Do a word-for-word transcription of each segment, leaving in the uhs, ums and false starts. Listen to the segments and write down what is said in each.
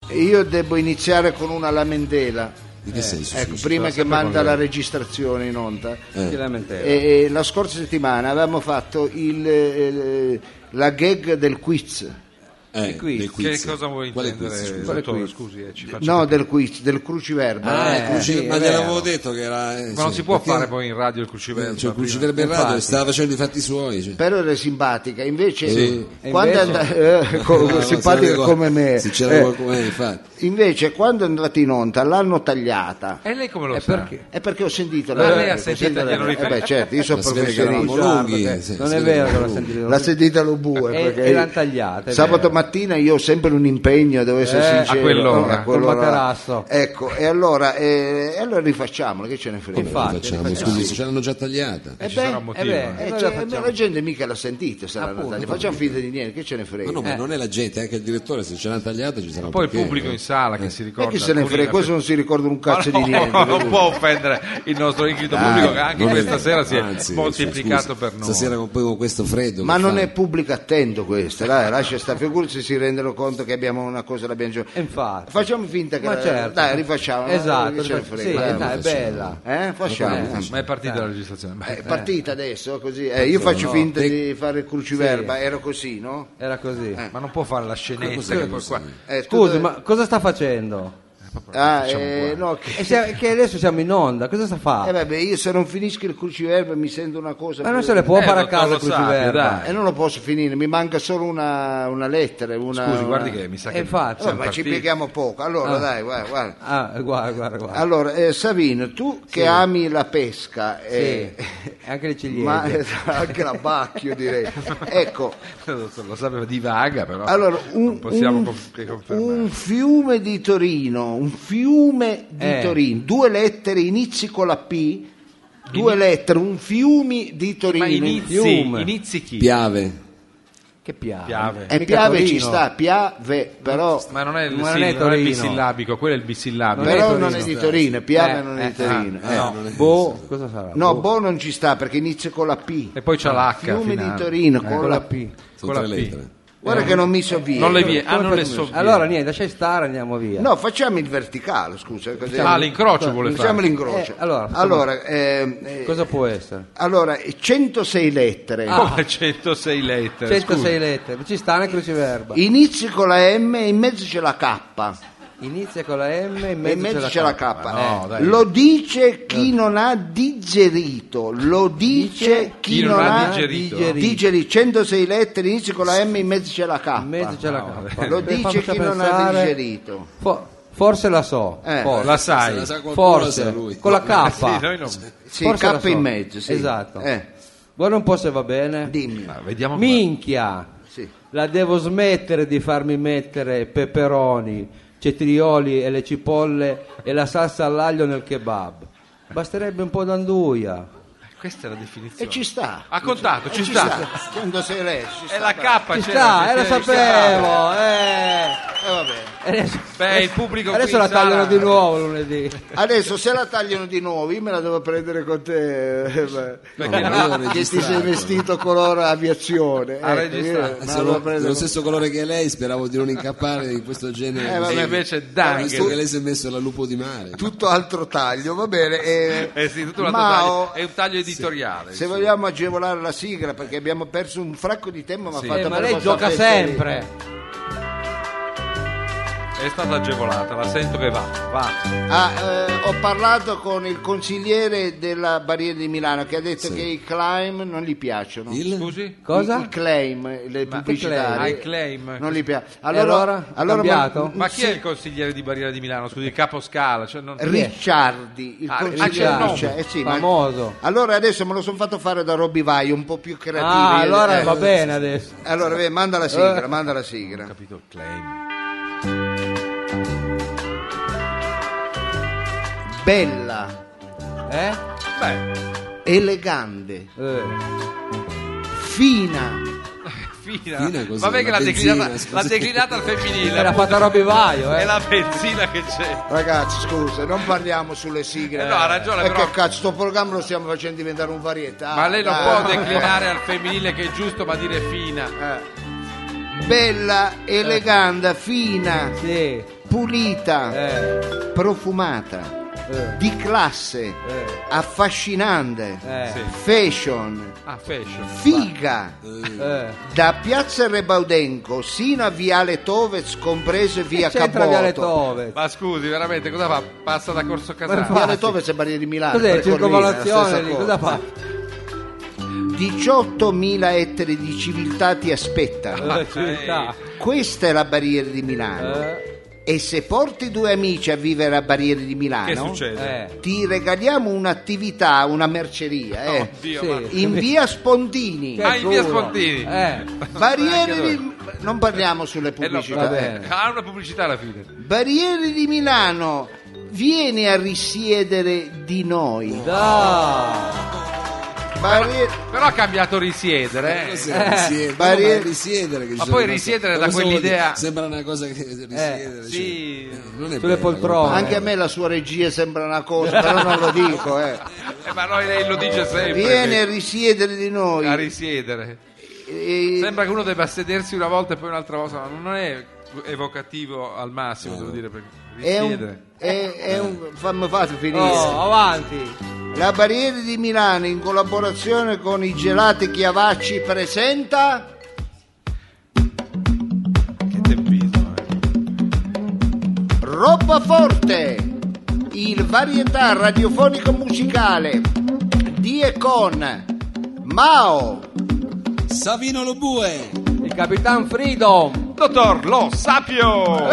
Io devo iniziare con una lamentela. Di che senso? Eh, ecco, scusi? prima che manda la registrazione in onda. Eh. E, e la scorsa settimana avevamo fatto il, eh, la gag del quiz. Eh, quiz. quiz. Che cosa vuoi Quale intendere? quiz, scusi? Dottore, scusi, eh, ci faccia No, capire. del quiz, del cruciverba. Ah, Eh, il cruci- sì, ma è gliel'avevo vero. detto che era. eh, Ma non sì, si può perché- fare poi in radio il cruciverba. Cioè, il cruciverba in radio stava facendo i fatti suoi. Cioè. Però era simpatica, invece, Sì. quando Invece- è andata- eh, co- No, no, simpatica se non come me. Se c'era Eh, qualcuno, eh, infatti. invece, quando è andata in onda, l'hanno tagliata. E lei come lo E sa? perché? È perché ho sentito Ma la lei ha ho sentito sentito glielo la- eh riferisco. beh, certo, io sono Ma si vede che eravamo professionista. lunghi. perché sì, non si è vede che vero che eravamo l'ha lunghi. sentito. L'ha sentita lo bue E- perché e l'hanno tagliata, è sabato vero. mattina io ho sempre un impegno, devo essere Eh, sincero, a quell'ora, a col materasso. ecco, e allora eh, e allora rifacciamolo, che ce ne frega. Infatti. Facciamo, rifacciamo. scusi, se ce l'hanno già tagliata. Eh ci beh, sarà un motivo. eh beh, eh. eh, noi cioè, la facciamo. la gente mica l'ha sentita, sarà Appunto. Natale. Facciamo finta di niente, che ce ne frega. Ma no, ma Eh. non è la gente, anche il direttore, se ce l'hanno tagliata ci sarà un Poi il perché, pubblico eh. in sala che si E ricorda. chi se ne alcuni- frega, questo non si ricorda un cazzo Ma di no, niente. non può offendere il nostro inclito pubblico che anche Non è- questa sera si è anzi, moltiplicato scusi, per noi. Stasera con, poi con questo freddo. Ma che non fa? è pubblico attento questo, dai, lascia sta figura se si rendono conto che abbiamo una cosa l'abbiamo già. Infatti. Facciamo finta che Ma la- certo. dai, rifacciamo. Esatto, che ce ne sì, frega, dai. dai, è bella. Eh, facciamo. Eh. Ma è partita la registrazione. Beh, È partita adesso così. Eh, io faccio finta di fare il cruciverba, era così, no? Era così. Ma non può fare la scenetta che poi qua. Eh, tu Scusi, dove- ma cosa sta facendo? Ah, facciamo eh, qua. no, che... E se- che adesso siamo in onda, cosa sta Eh, fare? vabbè, io se non finisco il cruciverba mi sento una cosa. Ma non più- se le può Eh, fare a dottor casa il Lo Sapio, cruciverba. dai. E non lo posso finire, mi manca solo una, una lettera. Una, Scusi, una- guardi che mi sa che Eh, infatti. Vabbè, siamo ma ci partiti. pieghiamo poco. Allora, dai, guarda, guarda. Ah, guarda, guarda, guarda. Allora, eh, Savino, tu che ami la pesca, eh, Sì. E anche le ciliegie. ma eh, anche la bacchio direi. Ecco, Lo sapeva divaga, però allora un, non possiamo un- conf- che confermare. un fiume di Torino, un fiume di Eh. Torino, due lettere inizi con la P, due lettere, un fiumi di Torino. Ma inizi, fiume. inizi chi? Piave. Che piave. Piave. E Mica Piave Torino. ci sta, Piave, però, Ma non è il, Ma sì, non è non è il Torino. bisillabico, quello è il bisillabico. non è però Torino. non è di Torino, Piave Eh, non è eh, di Torino. ah, eh. no. Non è- Boh, cosa sarà? No, Boh. Bo non ci sta perché inizia con la P. E poi c'ha l'H Fiume finale. di Torino Eh, con, con la la P. P. Sono con tre la P. lettere. Guarda che non mi sovviene. Non le vie, ah, Come non le fai- so. Allora niente, lascia stare, andiamo via. No, facciamo il verticale, scusa. così- Ah, l'incrocio vuole Facciamo fare. l'incrocio. Eh, allora, facciamo- allora, ehm, eh, Cosa può essere? allora, centosei lettere. Come centosei lettere. centosei scusi. lettere, ci sta nel cruciverba. Inizi con la M e in mezzo c'è la K. Inizia con la M e in E mezzo, in mezzo c'è la K. Ma no, dai. Lo dice chi non ha digerito. Lo dice chi, non, ha digerito. digerito. centosei lettere, inizia con la M e in mezzo c'è la K. In mezzo c'è la No, K. Lo Beh, dice fammici chi non ha pensare. digerito. Fo- forse la so. Eh. forse. La Se sai. la sa qualcuno, la sa Forse. lui. Con la K. Sì, noi non... Sì, Forse la K so. in mezzo, sì. Esatto. Eh, Guarda un po' se va bene. dimmi. Ma vediamo Minchia. Sì. La devo smettere di farmi mettere peperoni, cetrioli e le cipolle e la salsa all'aglio nel kebab. Basterebbe un po' d'anduia. qua. Questa è la definizione. E ci sta. Ha contato, ci Ci sta. sta. centosei lettere, ci È sta. la K, Ci c'era, sta, eh, lo ci sta. sapevo. Eh. Eh, va bene. Adesso, Beh, il pubblico qui adesso in la tagliano sala- di nuovo lunedì. Adesso se la tagliano di nuovo io me la devo prendere con te, eh, beh. No, ma io ho che ti registrato. sei vestito color aviazione. Ha Ecco, registrato. io me la Sono devo prendere dello con- stesso colore che lei, speravo di non incappare in questo genere. Eh, vabbè. E invece Visto Dang. che lei si è messo la lupo di mare. tutto altro taglio, va bene. eh, Eh sì, tutto un altro Mao, taglio. È un taglio editoriale. se vogliamo agevolare la sigla perché abbiamo perso un fracco di tempo, ma Sì. fatta Eh, ma per lei vostra gioca fesseria. sempre. È stata agevolata, la sento che va. Va. Ah, eh, ho parlato con il consigliere della Barriera di Milano che ha detto Sì. che i claim non gli piacciono. Il? Scusi? Cosa? I, i claim, le Ma pubblicità. che claim? Ah, i claim? Non gli piace. E allora? Cambiato? Ma chi è il consigliere di Barriera di Milano? Scusi, il caposcala. Cioè non... Ricciardi, il Ah, consigliere ah, c'è il nome. Ricciardi, eh sì, ma- Famoso. allora adesso me lo sono fatto fare da Robby Vai, un po' più creativo. Ah, allora Eh, va bene adesso. Allora, beh, manda la sigla, Eh. manda la sigla. Capito il claim. Bella, Eh? Beh, elegante, Eh. fina, fina. Fina così, Vabbè che la l'ha benzina, declinata, scusi. l'ha declinata al femminile. Era fatta Robby Vaio, È eh. la benzina che c'è. Ragazzi, scusa, non parliamo sulle sigle. Eh no, ha ragione, E però- che cazzo, sto programma lo stiamo facendo diventare un varietà. Ma lei non dai. può declinare al femminile che è giusto, ma dire fina. Eh. Bella, elegante, fina, Sì. pulita, Eh, profumata, eh, di classe, eh, affascinante, eh, Sì. fashion, Ah, fashion. figa, eh. da Piazza Rebaudenco sino a Viale Tovez, compreso via Che c'entra Viale Capoto. Tovez? Ma scusi, veramente, cosa fa? Passa da Corso Casale. Viale Tovez è Barriere di Milano. Cos'è, per Corrina, circonvallazione la lì? stessa Cosa cosa. fa? diciottomila ettari di civiltà ti aspetta. Eh, civiltà. Questa è la Barriere di Milano. Eh, E se porti due amici a vivere a Barriere di Che Milano, succede? eh. ti regaliamo un'attività, una merceria, eh. Oddio, Sì. ma... In via Spondini. Che Ah, in via culo. Spontini. Eh, Barriere di... Non parliamo sulle Eh, no, pubblicità. va bene. eh. Ha una pubblicità alla fine. Barriere di Milano, vieni a risiedere di noi. da. Barriere... Però ha cambiato risiedere. Eh. Cos'è risiedere? Ma Barriere- no, ma risiedere che ci Ma sono poi rimasto- risiedere ma da cosa vuol quell'idea- dire? Sembra una cosa che risiedere. cioè, Sì. eh, non è Sulle bella poltrone. come- Anche a me la sua regia sembra una cosa, però non lo dico. Eh. Eh, ma noi lei lo dice sempre. Vieni a che- risiedere di noi. a risiedere. E- Sembra che uno debba sedersi una volta e poi un'altra volta, ma non è evocativo al massimo, devo dire, perché È un, risiedere. è, è un, fammi fate finire. Oh, avanti. La Barriere di Milano, in collaborazione con i Gelati Chiavacci, presenta Che tempismo, eh. Roba Forte, il varietà radiofonico musicale di e con Mao, Savino Lobue. Il Capitan Freedom. Dottor Lo Sapio.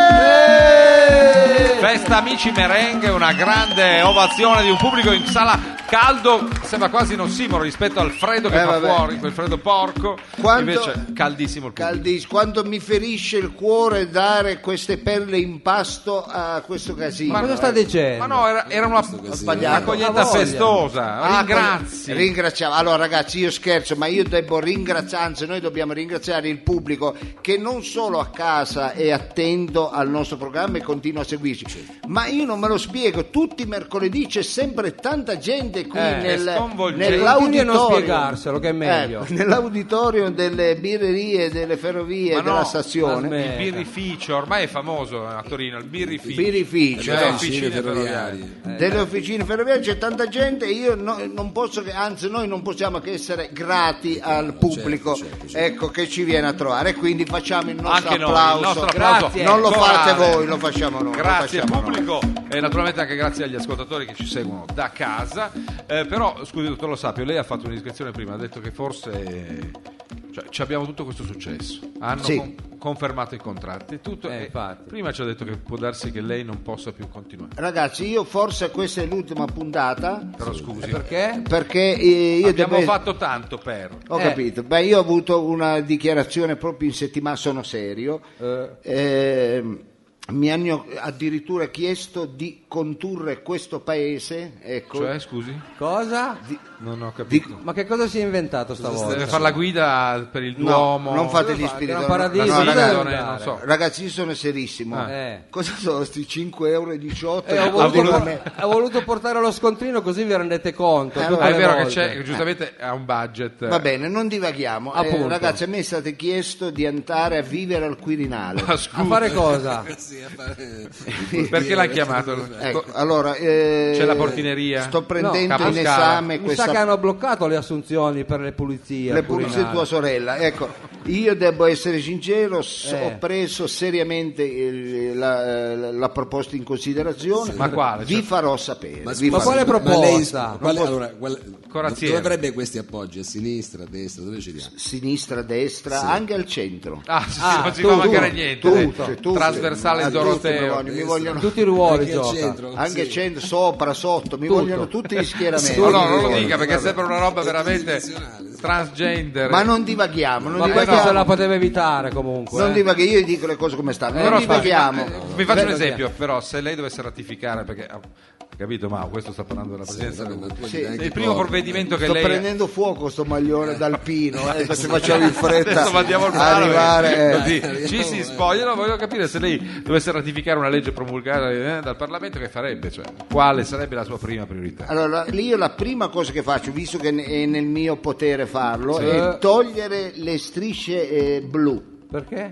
Eh! Festa Amici Merengue, una grande ovazione di un pubblico in sala caldo, sembra quasi in ossimoro rispetto al freddo che Eh, fa vabbè. fuori, quel freddo porco. Quanto- Invece caldissimo il pubblico. Caldis, quanto mi ferisce il cuore dare queste perle in pasto a questo casino. Ma cosa eh. sta dicendo? Ma no, era, era una sbagliato. accoglienza Ma voglia. festosa. Ah, Ringrazi. ringraziamo. Allora ragazzi, io scherzo, ma io devo ringraziare, anzi noi dobbiamo ringraziare il pubblico che non solo a casa è attento al nostro programma e continua a seguirci, ma io non me lo spiego, tutti i mercoledì c'è sempre tanta gente qui Eh, nel, è sconvolgente. nell'auditorio. Continui a non spiegarselo, che è meglio. Ecco, nell'auditorio delle birrerie, delle ferrovie, Ma no, della stazione. ma Il smetta. birrificio, ormai è famoso a Torino, il birrificio. Birrificio, Delle eh. officine ferroviarie. ferroviarie. Delle officine ferroviarie c'è tanta gente, io no- non posso che, anzi noi non possiamo che essere grati al pubblico, certo, certo. ecco, che ci viene a trovare, e quindi facciamo il nostro Anche noi, applauso. il nostro applauso Grazie. Non lo fate corale. voi, lo facciamo noi. lo Grazie facciamo noi. pubblico e naturalmente anche grazie agli ascoltatori che ci seguono da casa. Eh, però, scusi, dottor Lo Sapio, lei ha fatto un'iscrizione prima, ha detto che forse cioè, ci abbiamo tutto questo successo. Hanno Sì. con- confermato i contratti, tutto. Eh, e infatti. prima ci ha detto che può darsi che lei non possa più continuare. Ragazzi, io forse questa è l'ultima puntata, Però scusi, Perché? perché eh, io abbiamo devo... fatto tanto per. Ho Eh. capito, beh io ho avuto una dichiarazione proprio in settimana, sono serio, Eh. Ehm, mi hanno addirittura chiesto di condurre questo paese, ecco, Cioè, scusi? Cosa? Non ho capito. di- Ma che cosa si è inventato stavolta? Deve fare la guida per il No, Duomo. non fate Dove gli fa? spiriti. Gran Paradiso, no, dove ragazzi, deve andare? non so. ragazzi, io sono serissimo. Ah. Eh. Cosa sono questi cinque euro e diciotto? Eh, ho, Che voluto, continuano a me- ho voluto portare lo scontrino così vi rendete conto. Eh, tutte Ah, è le vero che volte. c'è, che giustamente ha un budget. Va bene, non divaghiamo. Eh, Appunto. ragazzi, a me è stato chiesto di andare a vivere al Quirinale. Ma scusi, A fare cosa? Sì, a fare- perché l'ha chiamato? Ecco, allora, eh, C'è la portineria? Sto prendendo No, in Caposcala. esame Mi questa sa che hanno bloccato le assunzioni per le pulizie. le al pulizie di Quirinale. tua sorella. Ecco, io devo essere sincero, s- Eh. ho preso seriamente il- la, la- la proposta in considerazione. Ma quale? Vi Cioè- farò sapere. Ma, vi scusi, farò quale sapere. ma lei- proposta? quale- Non allora, quale- Corazziere. dove avrebbe questi appoggi? A sinistra, a destra? Dove ci diamo? Sinistra, destra, Sì. anche al centro. Ah, sì, Ah, non si tu- fa mancare tu- niente. tutte, eh. tutte. Trasversale Ah, tutte mi Doroteo. vogliono, mi vogliono Tutti i ruoli Anche al gioca. centro, anche sì. centro, sopra, sotto, mi Tutto. vogliono tutti gli schieramenti. No, no, non lo Vogliono. dica perché è Vabbè. sempre una roba veramente tridimensionale, sì. transgender. Ma non divaghiamo, non Ma questa divaghiamo. se la poteva evitare comunque. Non eh. divaghiamo, io dico le cose come stanno, Eh, non Però, scusi, divaghiamo. ma, eh, vi faccio un Beh, esempio, però se lei dovesse ratificare, perché ha capito, ma questo sta parlando della presidenza. Vabbè, ma tu Sì. dici anche il primo poco. provvedimento che Sto lei prendendo fuoco sto maglione d'alpino, eh, perché facciamo in fretta adesso mandiamo il a palo, arrivare. eh. così ci si spogliano. Voglio capire se lei dovesse ratificare una legge promulgata eh, dal Parlamento, che farebbe, cioè quale sarebbe la sua prima priorità? Allora, io la prima cosa che faccio, visto che è nel mio potere farlo, Sì. è togliere le strisce eh, blu. Perché?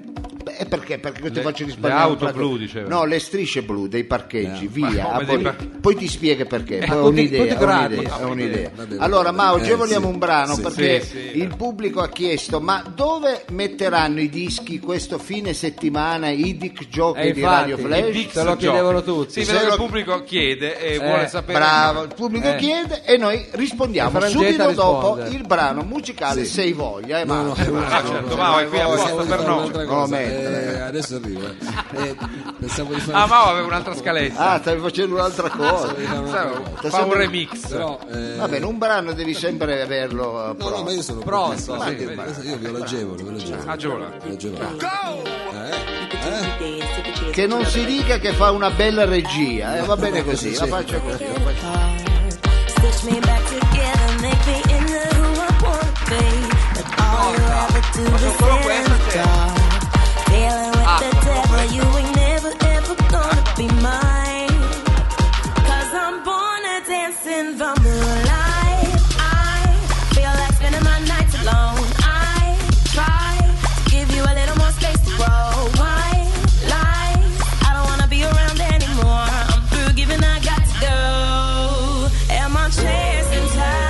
Beh, perché? Perché ti Le- faccio le risparmiare auto un placo- blu, diceva. No, le strisce blu dei parcheggi, Ma via. come Ah, dei poi, par- poi ti spiega perché. Poi ho tutti- un'idea, tutti ho gratis. un'idea, ho un'idea. Va bene, Allora, va bene. ma oggi Eh, vogliamo sì. un brano Sì, perché sì, sì. il pubblico ha chiesto: ma dove metteranno i dischi questo fine settimana i Dick Jockey Eh, di infatti, Radio i Flash? Dix Se lo chiedevano Jockey. tutti. Sì, Se vedo che lo- il pubblico chiede e Eh, vuole sapere. Bravo, il pubblico Eh. chiede e noi rispondiamo E Frangetta subito dopo risponde. il brano musicale Sì. Se hai voglia. Eh, No, ma- no, eh, no, ma- ah, certo, Mao è qui apposta Pensavo di per fare noi. un'altra Non lo cosa. mettere. Eh, adesso arrivo. eh. Eh, pensavo di fare Ah, Mao aveva un'altra scaletta. Ah, stavi facendo un'altra cosa. pensavo di fare un'altra cosa. Sta Fa un sempre- remix. Però, eh, Va bene, un brano devi sempre averlo eh, no, no, pronto. ma io sono Pronto, pronto. sì, Io- vedi. io vi ho agevolo, ve lo agevolo. Agevolato. Ve lo agevolo. Eh? Eh? Che non si dica che fa una bella regia, eh, va bene così, la faccio così. la faccio- Stitch me back together, make me into who I wanna be. But all you ever do is sit and start. Dealing with the devil, you ain't never ever gonna be mine. Cause I'm born to dance in the moonlight. I feel like spending my nights alone. I try to give you a little more space to grow. Why lie? I don't wanna be around anymore. I'm through giving, I got to go. Am I chasing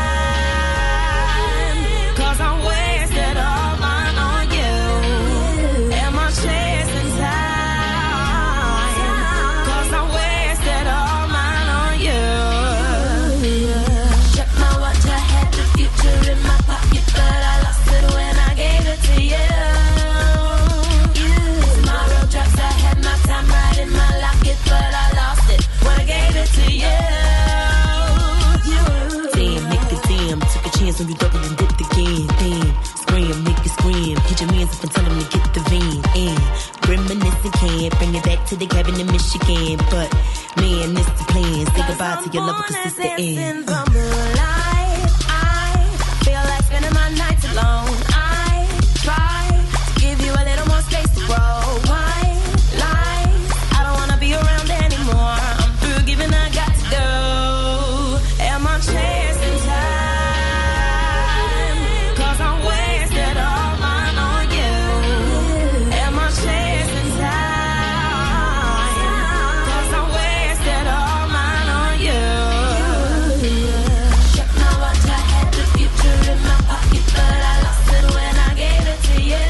time? Cause I'm wasted all mine on you. Am I chasing time? Cause I'm wasted all mine on you. Check my watch, I had the future in my pocket, but I lost it when I gave it to you. Tomorrow drops, I had my time right in my locket, but I lost it when I gave it to you. Damn, nigga, damn. Took a chance on you, double and dipped again. Damn, scream, make it scream. Hit your mans up and tell them to get the van in. Reminiscing can't bring it back to the cabin in Michigan. But, man, this the plan. Say goodbye to your lover, cause it's the In end. the moonlight, I feel like spending my nights alone. I try to give you a little more space to grow. Why lie? I don't wanna be around anymore. I'm through giving, I got to go. Am I chasing time? Cause I'm wasted all mine on you. Am I chasing time? Cause I'm wasted all mine on you. Check my watch, I had the future in my pocket, but I lost it when I gave it to you.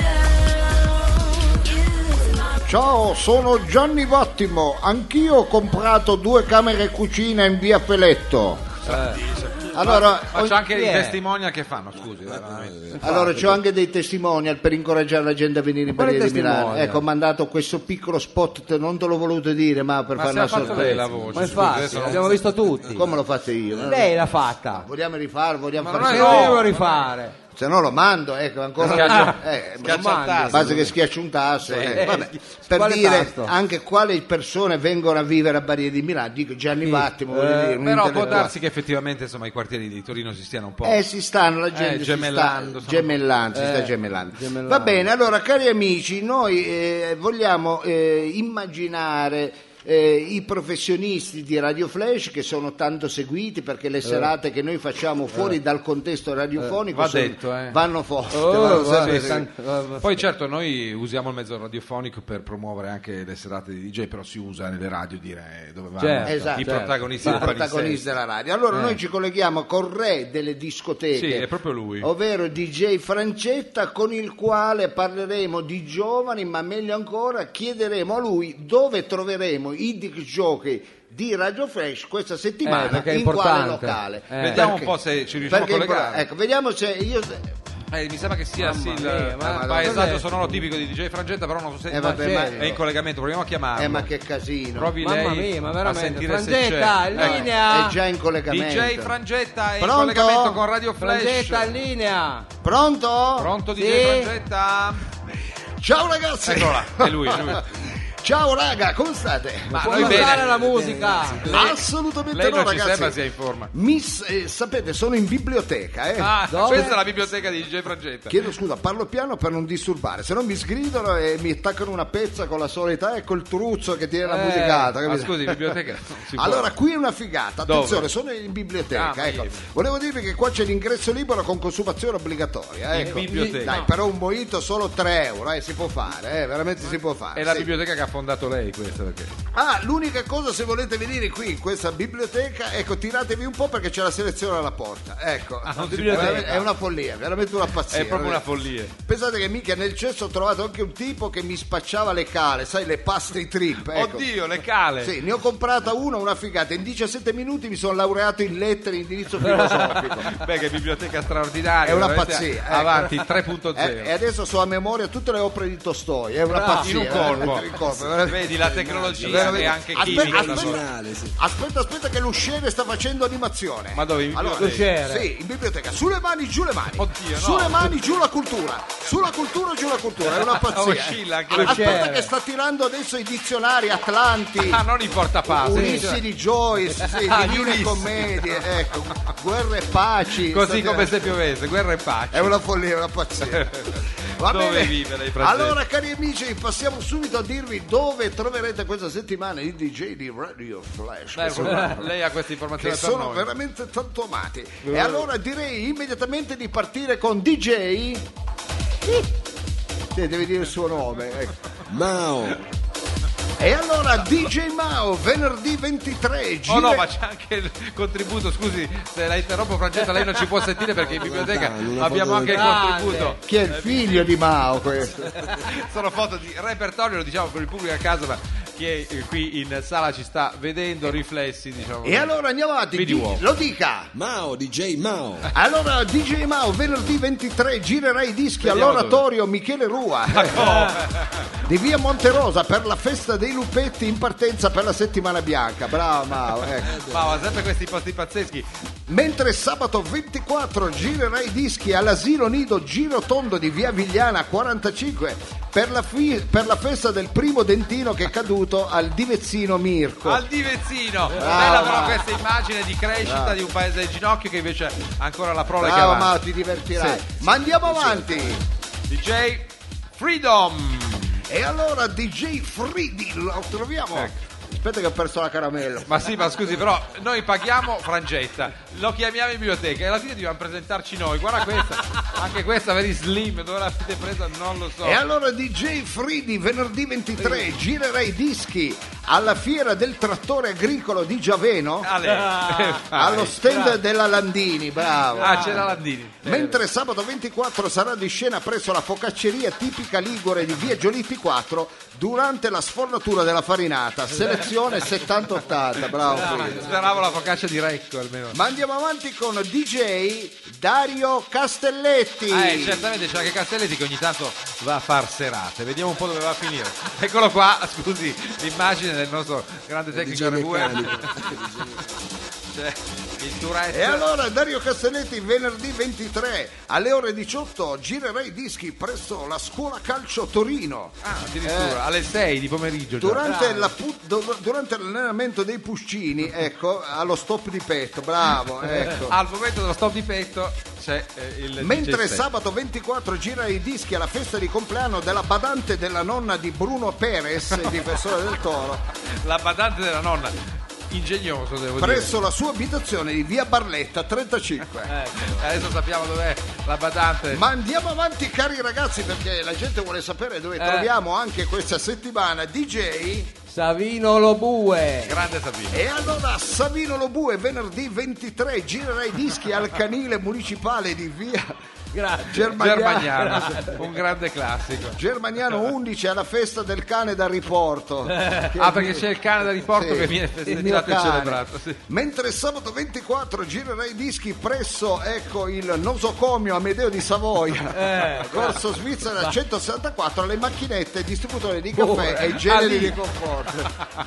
Ciao, sono Gianni Vattimo, anch'io ho comprato due camere cucina in via Feletto. Allora, Ma c'è anche Chi i è? testimonial che fanno, scusi. veramente. allora c'ho anche dei testimonial per incoraggiare la gente a venire in Quali Badia di Milano. testimonial? Ecco, ho mandato questo piccolo spot, te- non te l'ho voluto dire, ma per Ma fare se ha una fatto lei la sorpresa. voce. Ma scusi, infatti, adesso non- l'abbiamo visto tutti. Come l'ho fatto io? Lei l'ha fatta. Vogliamo rifare, vogliamo Ma fare non è Se no. lo devo rifare. Se no lo mando, ecco, ancora Schiaccia- eh, schiaccia ma- il tasto. basta che schiacci un tasto. eh, vabbè. Per Quale dire tasto? anche quali persone vengono a vivere a Badia di Milano, dico Gianni Vattimo, voglio Eh, dire, un Però può intellettuale. darsi che effettivamente insomma, i quartieri di Torino si stiano un po'. Eh, si stanno, la gente Eh, si gemellando, sta sono- gemellando, si sta Eh, gemellando. gemellando. Va bene, allora cari amici, noi eh, vogliamo eh, immaginare eh, i professionisti di Radio Flash che sono tanto seguiti perché le serate che noi facciamo fuori dal contesto radiofonico Va sono- detto, eh. vanno forte. Oh, vanno guarda, sempre- san- guarda. Poi certo noi usiamo il mezzo radiofonico per promuovere anche le serate di D J, però si usa nelle radio dire dove vanno Certo, Esatto, i certo. protagonisti I del protagonisti palinsesto. della radio. Allora noi ci colleghiamo col re delle discoteche. Sì, è proprio lui. Ovvero D J Frangetta, con il quale parleremo di giovani, ma meglio ancora chiederemo a lui dove troveremo i disc jockey di Radio Flash questa Eh, settimana, perché è in quale importante. locale. Eh. Vediamo un po' se ci riusciamo a perché è impor- collegare. Ecco, vediamo se io Eh, mi sembra che sia sì, il mia, ma- il ma paesaggio cos'è? sonoro tipico di D J Frangetta, però non so se Eh, vabbè, ma- ma- è in collegamento, proviamo a chiamarlo. eh, ma che casino. Provi Mamma lei mia, ma a veramente. sentire se Frangetta, c'è. in Ecco. linea. È già in collegamento. D J Frangetta è in Pronto? collegamento con Radio Flash. Frangetta in linea. Pronto? Pronto D J Sì. Frangetta? Ciao ragazzi. Eccola, è lui, è lui. Ciao raga, come state? Ma Può noi mandare bene. la musica. Assolutamente Lei no, non ci ragazzi. sembra sia in forma. Miss, eh, sapete, sono in biblioteca, eh. Ah, Dove? questa è la biblioteca di D J Frangetta. Chiedo scusa, parlo piano per non disturbare, se no mi sgridano e mi attaccano una pezza con la solita e col truzzo che tiene la Eh, musicata. Ma capito? scusi, in biblioteca non si può. Allora, qui è una figata, attenzione, Dove? sono in biblioteca. Ah, ecco. io- Volevo dirvi che qua c'è l'ingresso libero con consumazione obbligatoria. In Ecco. biblioteca. Dai, però un mojito solo tre euro, eh, si può fare, eh, veramente si può fare. È la sì. biblioteca che ha fondato lei questa, perché Ah, l'unica cosa, se volete venire qui in questa biblioteca, ecco, tiratevi un po' perché c'è la selezione alla porta. Ecco, Ah, non si è, può. veramente- è una follia, veramente una pazzia. è proprio una veramente. follia. Pensate che mica nel cesso ho trovato anche un tipo che mi spacciava le cale, sai, le pastry trip. Ecco. Oddio, le cale. Sì, ne ho comprata una, una figata. In diciassette minuti mi sono laureato in lettere in indirizzo filosofico. Beh, che biblioteca straordinaria. È una veramente pazzia. ecco. Avanti, tre punto zero. E, e adesso so a memoria tutte le opere di Tolstoi. È una Bravo, pazzia. in un corpo. eh, in corpo, veramente. Vedi la tecnologia Veramente. e anche Aspetta, chimica. aspetta. Originale, sì. Aspetta, aspetta che l'usciere sta facendo animazione. Ma dove? In Allora, biblioteca? L'usciere? sì, in biblioteca. Sulle mani, giù le mani. Oddio, no. Sulle mani, giù la cultura. Sulla cultura, giù la cultura. È una pazzia. Oscilla anche eh. Aspetta l'usciere. che sta tirando adesso i dizionari Atlanti. Ah, non in portapasso. Ulissi di Joyce, sì, Ah, Divine Ulisse. Commedie, ecco, Guerre e Paci. Così Sta come tirando- se piovesse, guerra e pace. È una follia, è una pazzia. Va Dove bene? vive lei, Francesco? Allora, cari amici, passiamo subito a dirvi dove troverete questa settimana i D J di Radio Flash. Dai, che sono- lei ha questa informazione che per sono noi. veramente tanto amati. E allora direi immediatamente di partire con D J. Sì, devi dire il suo nome. Ecco. Mao. E allora D J Mao, venerdì ventitré. Oh no, gira- ma c'è anche il contributo, scusi se la interrompo Francesca, lei non ci può sentire perché in biblioteca Una abbiamo foto anche il del- contributo. Chi è il figlio di Mao questo? Sono foto di repertorio, lo diciamo per il pubblico a casa, ma chi è eh, qui in sala ci sta vedendo riflessi, diciamo. E allora andiamo avanti, Video di- Wall. lo dica. Mao, D J Mao. Allora D J Mao venerdì ventitré girerà i dischi Vediamo all'oratorio Michele Rua di via Monterosa per la festa dei lupetti in partenza per la settimana bianca. Bravo Mao, ecco. Ma ma sempre questi posti pazzeschi. Mentre sabato ventiquattro girerà i dischi all'asilo nido Girotondo di via Vigliana quarantacinque per la, fi- per la festa del primo dentino che è caduto al divezzino Mirko. Al divezzino, bella però questa immagine di crescita di un paese del ginocchio che invece ha ancora la prole che Bravo avanti. Mao, ti divertirai. Sì. Ma andiamo avanti. D J Freedom. E allora D J Fridi lo troviamo. Ecco. Aspetta che ho perso la caramella. Ma sì, ma scusi, però noi paghiamo Frangetta, lo chiamiamo in biblioteca e alla fine dobbiamo presentarci noi. Guarda questa, anche questa very slim, dove l'avete presa non lo so. E allora D J Fridi venerdì ventitré girerà i dischi alla fiera del trattore agricolo di Giaveno A lei. allo stand della Landini, bravo. Ah, c'era Landini. Mentre sabato ventiquattro sarà di scena presso la focacceria tipica ligure di via Giolitti quattro durante la sfornatura della farinata, selezione settanta ottanta, bravo Fridi. Speravo la focaccia di Recco almeno. Ma andiamo avanti con D J Dario Castelletti. Ah, eh, certamente c'è anche Castelletti che ogni tanto va a far serate. Vediamo un po' dove va a finire. Eccolo qua, scusi, l'immagine del nostro grande tecnico D J R V. meccanico. C'è il Tourette. E allora Dario Castelletti venerdì ventitré alle ore diciotto girerà i dischi presso la scuola calcio Torino. Ah, addirittura alle sei di pomeriggio. già. Durante, la pu- do- durante l'allenamento dei Puscini, ecco, allo stop di petto, bravo, ecco. Al momento dello stop di petto c'è eh, il Mentre D J set. sabato ventiquattro gira i dischi alla festa di compleanno della badante della nonna di Bruno Perez, il difensore del Toro, La badante della nonna. Ingegnoso, devo presso la sua abitazione di via Barletta trentacinque. dire. Ecco, adesso sappiamo dov'è la badante. Ma andiamo avanti cari ragazzi perché la gente vuole sapere dove Eh. troviamo anche questa settimana D J. Savino Lobue. Grande Sabino. E allora Savino Lobue venerdì ventitré girerà i dischi al canile municipale di via Grazie. Germaniano, Germaniano, un grande classico. Germaniano undici alla festa del cane da riporto. Che Ah, perché c'è il cane da riporto Sì, che viene il mio festeggiato e cane. celebrato. Sì. Mentre sabato ventiquattro girerà i dischi presso ecco il nosocomio Amedeo di Savoia, Eh, Corso Svizzera centosessantaquattro, alle macchinette distributori di caffè Oh, e generi ah, lì. di conforto.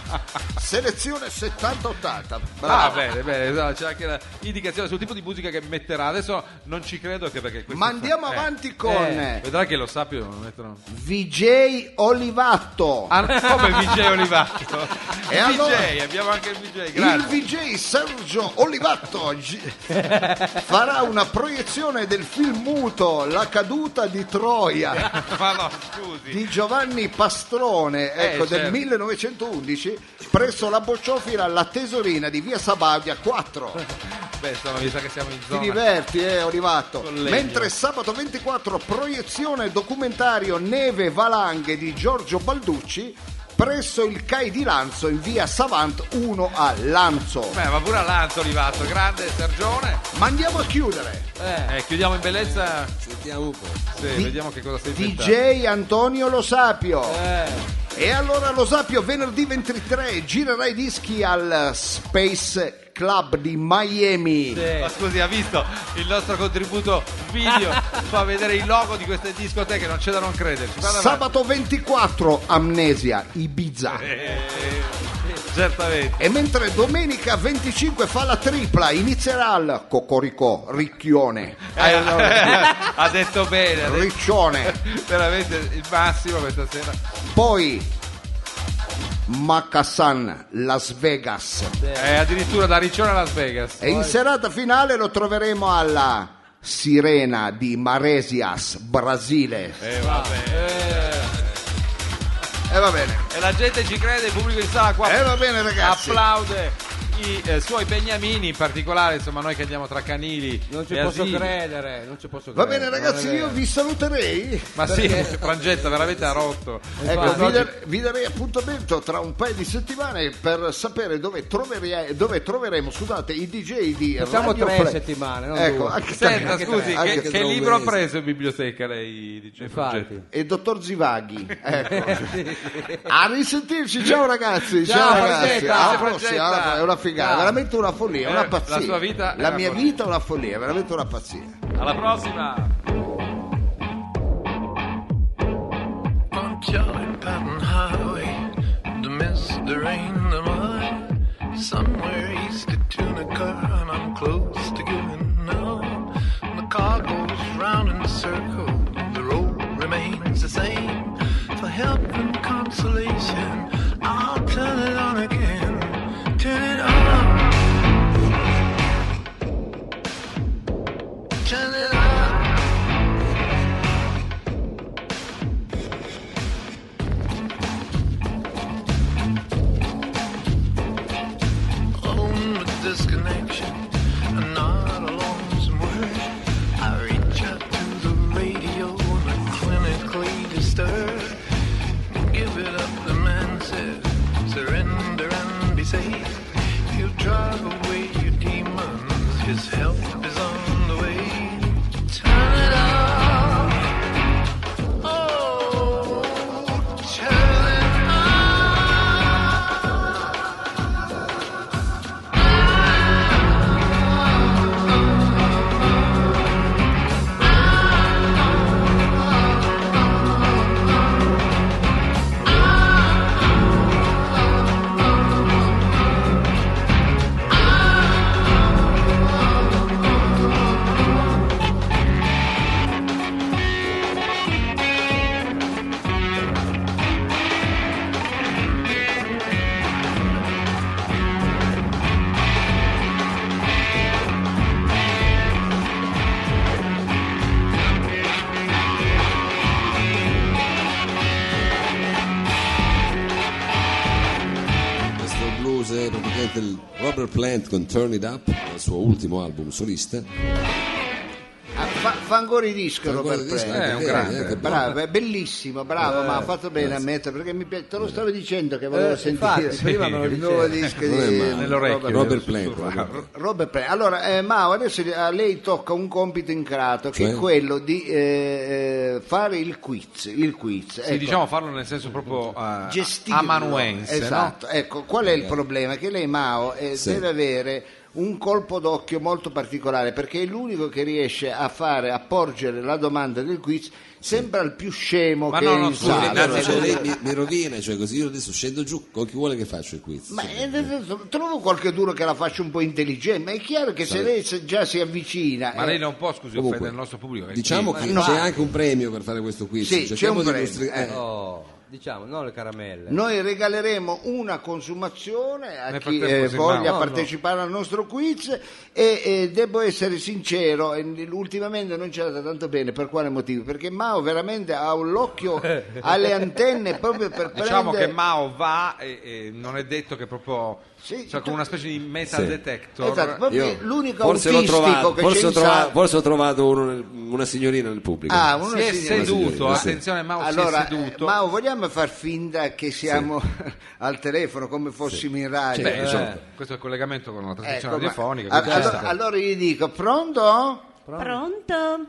Selezione settanta ottanta. Ah, Bravo. bene, bene, no, c'è anche l'indicazione sul tipo di musica che metterà. Adesso non ci credo che perché Ma andiamo Eh. avanti con Eh. Vedrai che lo sappio lo mettono. V J Olivatto. Ah, no, come V J Olivato? E Il allora- V J, abbiamo anche il V J, Il grazie. V J Sergio Olivatto gi- farà una proiezione del film muto La caduta di Troia Ma no, scusi. di Giovanni Pastrone, Eh, ecco, del certo. millenovecentoundici, presso la bocciofila La Tesorina di via Sabaudia quattro. Beh, insomma, mi sa che siamo in Ti zona. diverti, eh, Olivatto. Collegio. Mentre sabato ventiquattro, proiezione documentario Neve Valanghe di Giorgio Balducci presso il C A I di Lanzo in via Savant uno a Lanzo. Beh, ma pure a Lanzo Olivato, grande Sergione. Ma andiamo a chiudere. Eh, chiudiamo in bellezza. Sentiamo un po'. Sì, Di- vediamo che cosa sei D inventato. J Antonio Lo Sapio. Eh, E allora Lo Sapio venerdì ventitré girerà i dischi al Space Club di Miami. Ma scusi, ha visto il nostro contributo video? Fa vedere il logo di queste discoteche, non c'è da non crederci. Vada avanti. Sabato ventiquattro Amnesia Ibiza. Eh, certamente. E mentre domenica venticinque fa la tripla, inizierà al Cocorico Ricchione. Eh, allora, ha detto bene, ha detto Riccione. veramente il massimo questa sera. Poi Macassan Las Vegas. Eh, addirittura da Riccione a Las Vegas. E in serata finale lo troveremo alla Sirena di Maresias, Brasile. Eh, vabbè. E va bene. E la gente ci crede, il pubblico in sala qua E va bene, ragazzi. applaude i eh, suoi beniamini, in particolare insomma noi che andiamo tra canili non ci e posso asili. credere, non ci posso Va credere. bene, ragazzi, non è io vero. vi saluterei. Ma sì, Frangetta veramente ha rotto. Ecco, Quest'oggi- vi, dar- vi darei appuntamento tra un paio di settimane per sapere dove, troveria- dove troveremo, scusate, i D J di Facciamo Radio tre Play. settimane, non Ecco, due. anche Senta, anche scusi, tre, anche che, tre. che tra un libro ha mese. preso in biblioteca lei, dice Infatti. Frangetta? E dottor Zivaghi. Ecco. A risentirci, ciao ragazzi, ciao, Ciao, ragazzi. Frangetta. Alla Ciao, prossima, Frangetta. alla prossima, è una figata, Ciao. veramente una follia, Eh, una la pazzia. sua vita è La una mia follia. vita è una follia, veramente una pazzia. Alla prossima. On Charlie Patton Highway, the mist, the rain, the mud. Somewhere east of Tunica, and I'm close to giving up. The car goes round in a circle, the road remains the same. For help and consolation, I'll turn it on again, turn it on. Turn it on. Alone with disconnection and not a lonesome word. I reach out to the radio and I'm clinically disturbed. Give it up, the man said, surrender and be safe. He'll drive away your demons, his help is on the way. Turn it off. Oh, turn it off. Questo blues è praticamente il Robert Plant con Turn It Up, il suo ultimo album solista. Ah, fa, fa ancora i dischi, Fa ancora Robert i dischi, Plant. eh, un vedi, grande. eh, che Bravo, è bellissimo, bravo, ma ha fatto bene a grazie. mettere perché mi piace, te lo stavo dicendo che volevo Eh, sentire infatti, prima me lo il dicevi. nuovo disco Non è di male. Nell'orecchio. Robert Sussurra. Plant, Robert Plant. Robert Plant. Allora, eh, Mao, adesso a lei tocca un compito ingrato che Cioè? è quello di eh, eh, fare il quiz. Il quiz. Sì, Ecco. diciamo farlo nel senso proprio uh, Gestirlo. amanuense, esatto. Ecco, qual è il problema? Che lei, Mao, eh, Sì. deve avere un colpo d'occhio molto particolare, perché è l'unico che riesce a fare, a porgere la domanda del quiz, sembra il più scemo Ma che no, è no, in scusi, sala. no, Allora, cioè, lei mi, mi rovina, cioè così io adesso scendo giù, con chi vuole che faccio il quiz? Ma Cioè, eh, trovo qualcuno che la faccia un po' intelligente, ma è chiaro che se lei se già si avvicina... Ma eh, lei non può, scusi, Comunque, offendere il nostro pubblico. che diciamo qui- che no. c'è anche un premio per fare questo quiz. Sì, c'è Cerchiamo un di premio, illustri- eh. eh. Oh, diciamo, non le caramelle. Noi regaleremo una consumazione a Nel chi frattempo eh, si voglia no, partecipare al nostro quiz e eh, devo essere sincero, eh, ultimamente non ci è andata tanto bene. Per quale motivo? Perché Mao veramente ha un l'occhio alle antenne proprio per Diciamo prendere... che Mao va e, e non è detto che proprio Sì, cioè, tu- con una specie di metal Sì. detector. Esatto, proprio Io l'unico forse l'ho autistico trovato, che forse c'è ho in trovato, sala- forse ho trovato uno nel- una signorina nel pubblico. Ah, una Si è signora- seduto, Sì. attenzione, Mao Allora, si è seduto. eh, Mao, vogliamo far finta che siamo al telefono come fossimo in radio? Beh, Eh. insomma, questo è il collegamento con la trasmissione Ecco, ma- radiofonica. a- quindi ci allora, sta. allora io dico, pronto? Pronto?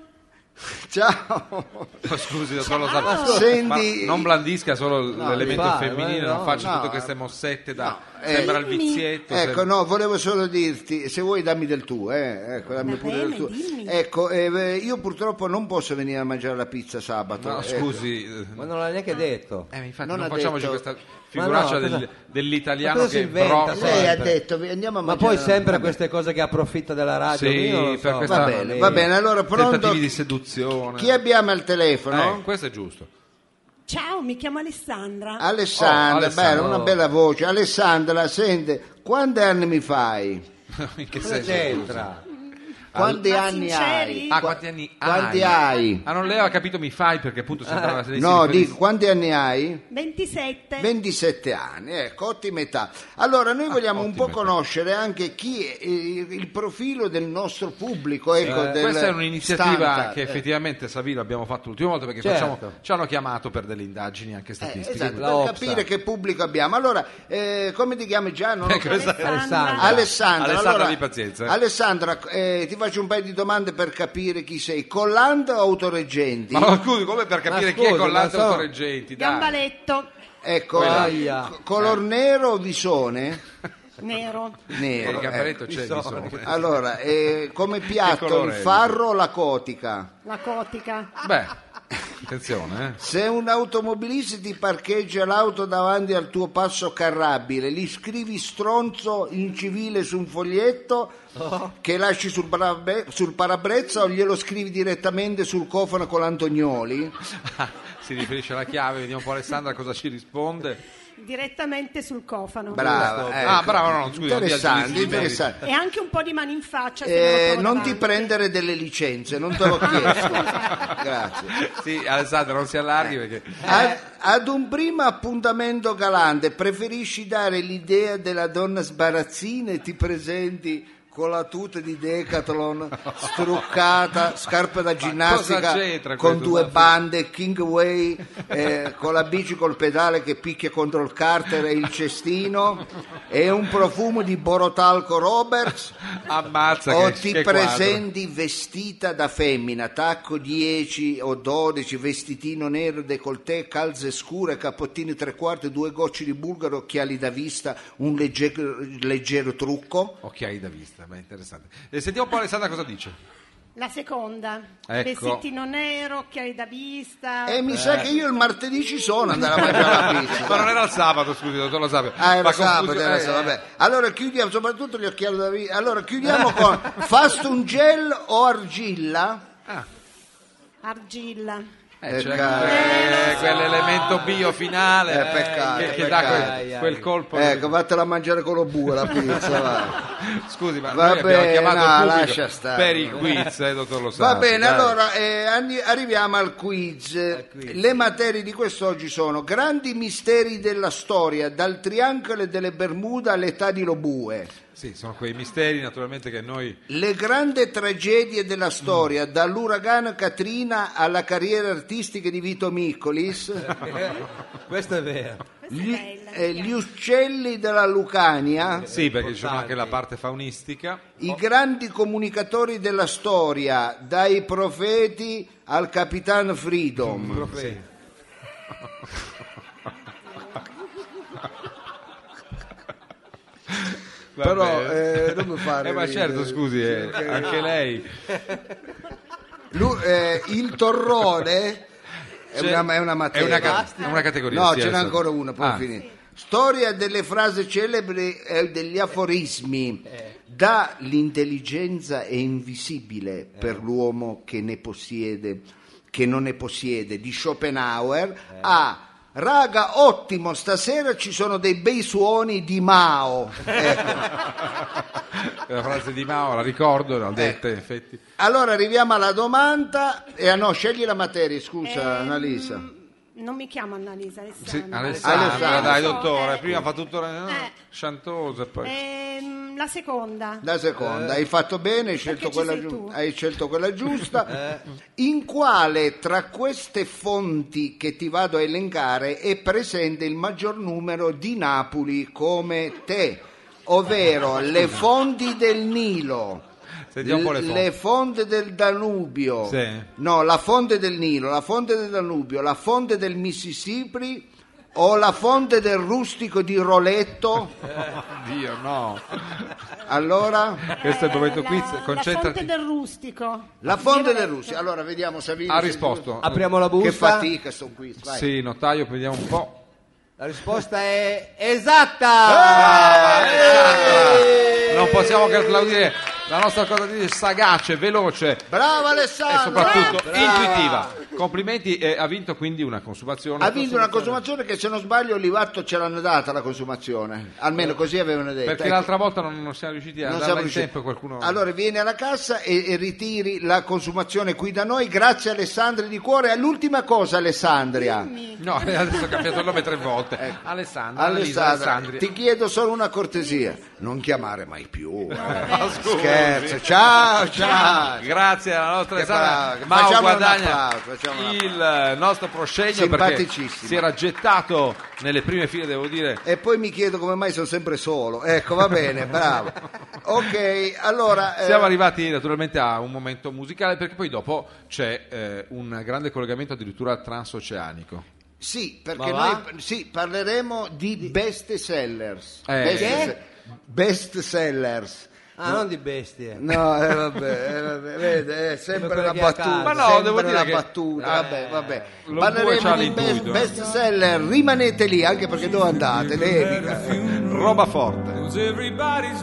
Ciao. Scusi, dottor Lo Sapio, Senti- ma non blandisca solo l'elemento infatti, femminile, ma non no, faccia no, tutte queste mossette da no, eh, sembra il dimmi. vizietto. Ecco, sembra- no, volevo solo dirti, se vuoi dammi del tuo, eh, ecco, dammi Va pure bene, del tuo. dimmi. Ecco, eh, io purtroppo non posso venire a mangiare la pizza sabato. No, ecco. scusi, eh, Ma non l'ha neanche detto. eh, infatti Non non, ha facciamoci detto- questa Ma figuraccia no, del- cosa- dell'italiano ma cosa si che inventa, bro- sai? Lei ha sempre. detto, andiamo a Ma mangiare. poi sempre vabbè. queste cose che approfitta della radio. Sì, io non lo per so. questa- Va bene, va bene, allora pronto? tentativi di seduzione. Chi abbiamo al telefono? Eh, questo è giusto. Ciao, mi chiamo Alessandra. Alessandra, Oh, Alessandra. bella, una bella voce. Alessandra, senti, quanti anni mi fai? In che Cosa senso? c'entra? Quanti Ma anni sinceri? hai? Ah, quanti anni Quanti hai? hai? Ah, non lei aveva capito mi fai perché appunto sembrava se lei si No, riferisse- dico, quanti anni hai? ventisette. ventisette anni, ecco, ottima età. Allora, noi vogliamo un po' ottima età. conoscere anche chi è il, il profilo del nostro pubblico. Ecco, del Questa è un'iniziativa standard. che effettivamente Savino abbiamo fatto l'ultima volta perché Certo. facciamo- ci hanno chiamato per delle indagini anche Eh, statistiche. esatto, La per Opsa. capire che pubblico abbiamo. Allora, eh, come ti chiami già? Non lo Eh, questa- so. Alessandra. Alessandra, Alessandra, allora, abbi pazienza, eh. Alessandra, eh, ti faccio un paio di domande per capire chi sei. Collante o autoreggenti? Ma scusi, come per capire Ma chi è scusi, collante ma so- autoreggenti? Dai. Gambaletto. Ecco, Aia. co- color nero o visone? Nero. Nero. Il eh. gamberetto c'è Visone. insomma. Allora, eh, come piatto colore il è? farro o la cotica? La cotica. Beh, attenzione, eh. Se un automobilista ti parcheggia l'auto davanti al tuo passo carrabile, gli scrivi stronzo in civile su un foglietto che lasci sul, parabe- sul parabrezza o glielo scrivi direttamente sul cofano con l'Antonioli? Si riferisce alla chiave, vediamo un po' Alessandra cosa ci risponde. Direttamente sul cofano. Brava, Ah, ecco. bravo, no, no, scusi, non dia interessante, giudizi di merito. interessante. E anche un po' di mani in faccia. se Eh, me lo trovo non ti davanti. prendere delle licenze, non te l'ho chiesto. Grazie. Sì, Alessandra, non si allarghi perché Ad, ad un primo appuntamento galante preferisci dare l'idea della donna sbarazzina e ti presenti con la tuta di Decathlon struccata, scarpe da ginnastica cosa c'entra con questo? due bande, King Way, eh, con la bici col pedale che picchia contro il carter e il cestino e un profumo di Borotalco Roberts. ammazza O che, ti che quadro. presenti vestita da femmina, tacco dieci o dodici, vestitino nero, décolleté, calze scure, cappottini tre quarti, due gocce di bulgaro, occhiali da vista, un leggero, leggero trucco. Occhiali da vista, ma è interessante. E sentiamo un po' Alessandra cosa dice. La seconda. Ecco. Vestitino nero, occhiali da vista. E mi sa che io il martedì ci sono andare a mangiare la pizza. Ma non era il sabato, scusi, dottor Lo Sapio. Ah, era Fa sabato, confusione- era eh, sabato, vabbè. Allora chiudiamo, soprattutto gli occhiali da vista. Allora chiudiamo con fast un gel o argilla? Argilla. Eh, c'è Peccato. eh, quell'elemento bio finale Eh, peccato, che, che peccato. dà quel, quel colpo. Ecco, vattela a mangiare con lo bue la pizza, va. Scusi, ma Va noi abbiamo bene, chiamato no, il pubblico lascia stare. per il quiz, eh, dottor Lo Va Sapio. bene, dai. allora eh, andi- arriviamo al quiz. Le materie di quest'oggi sono grandi misteri della storia, dal triangolo delle Bermuda all'età di Lobue. Sì, sono quei misteri naturalmente che noi... Le grandi tragedie della storia, dall'uragano Katrina alla carriera artistica di Vito Miccolis, Questo è vero. gli, eh, gli uccelli della Lucania, Sì, perché ci sono anche importanti. la parte faunistica. i grandi comunicatori della storia, dai profeti al Capitan Freedom. Va Però bene. eh, non mi fare Eh, ma ridere. certo, scusi, eh, Perché- anche lei. Lu- eh, il torrone è C'è- una, è una materia. È una, ca- è una categoria. No, sì, ce n'è adesso- ancora una, poi Ah, finire. Storia delle frasi celebri e degli aforismi. Dall'intelligenza è invisibile per l'uomo che ne possiede, che non ne possiede, di Schopenhauer, a raga, ottimo, stasera ci sono dei bei suoni di Mao. Ecco. La frase di Mao la ricordo, l'ho detta Eh. in effetti. Allora arriviamo alla domanda e ah no, scegli la materia, scusa Ehm, Annalisa. Non mi chiamo Annalisa, Alessandra. Sì, Alessandra, Alessandra. dai So, dottore, eh, prima fa tutto no, eh. chantosa e poi... Ehm, la seconda. La seconda, hai fatto bene, hai scelto, Perché ci quella, sei giu- tu? hai scelto quella giusta. In quale tra queste fonti che ti vado a elencare è presente il maggior numero di Napoli come te? Ovvero le fonti del Nilo, Sentiamo un po' le l- fonti. le fonti del Danubio, Sì. no, la fonte del Nilo, la fonte del Danubio, la fonte del Mississippi o la fonte del rustico di Roletto? Dio, no. Allora? Questo è il momento quiz, La, la concentrati. fonte del rustico. La fonte del Russo. Allora vediamo Savini. Ha se- risposto. Apriamo la busta. Che fatica sto qui. Vai. Sì, notaio, vediamo un po'. La risposta è esatta. Eh! Non possiamo che applaudire la nostra ascoltatrice sagace, veloce Brava e Alessandro. soprattutto Brava. intuitiva. Complimenti, eh, ha vinto quindi una consumazione. Ha vinto una consumazione che se non sbaglio Olivatto ce l'hanno data la consumazione. Almeno così avevano detto. Perché Ecco. l'altra volta non, non siamo riusciti a Non darla siamo in riusciti. tempo e qualcuno... Allora vieni alla cassa e, e ritiri la consumazione qui da noi. Grazie Alessandria di cuore. All'ultima cosa Alessandria. No, adesso ho cambiato il nome tre volte. Alessandra, Annalisa, Alessandra, Alessandria. ti chiedo solo una cortesia. Non chiamare mai più. eh. Scusi. Scherzo. Ciao, ciao. Grazie alla nostra Che Alessandra. brava. Mao Facciamo un guadagna applauso, facciamo un il nostro proscenio perché Simpaticissimo. si era gettato nelle prime file, devo dire. E poi mi chiedo come mai sono sempre solo. Ecco, va bene, bravo. Ok, allora... eh, Siamo arrivati naturalmente a un momento musicale perché poi dopo c'è eh, un grande collegamento addirittura transoceanico. Sì, perché Ma va? noi sì, parleremo di best sellers. Eh. Best, Che? se- best sellers. Ah, non di bestie. No, eh, vabbè, eh, vabbè, vede, è sempre Come la quelli che a battuta. casa. Ma no, sempre devo dire la che- battuta. Ah, vabbè, vabbè. lo bue Parleremo c'ha di best, l'intuito, eh. best seller. Rimanete lì, anche perché dove andate? L'epica. Roba forte. Was everybody's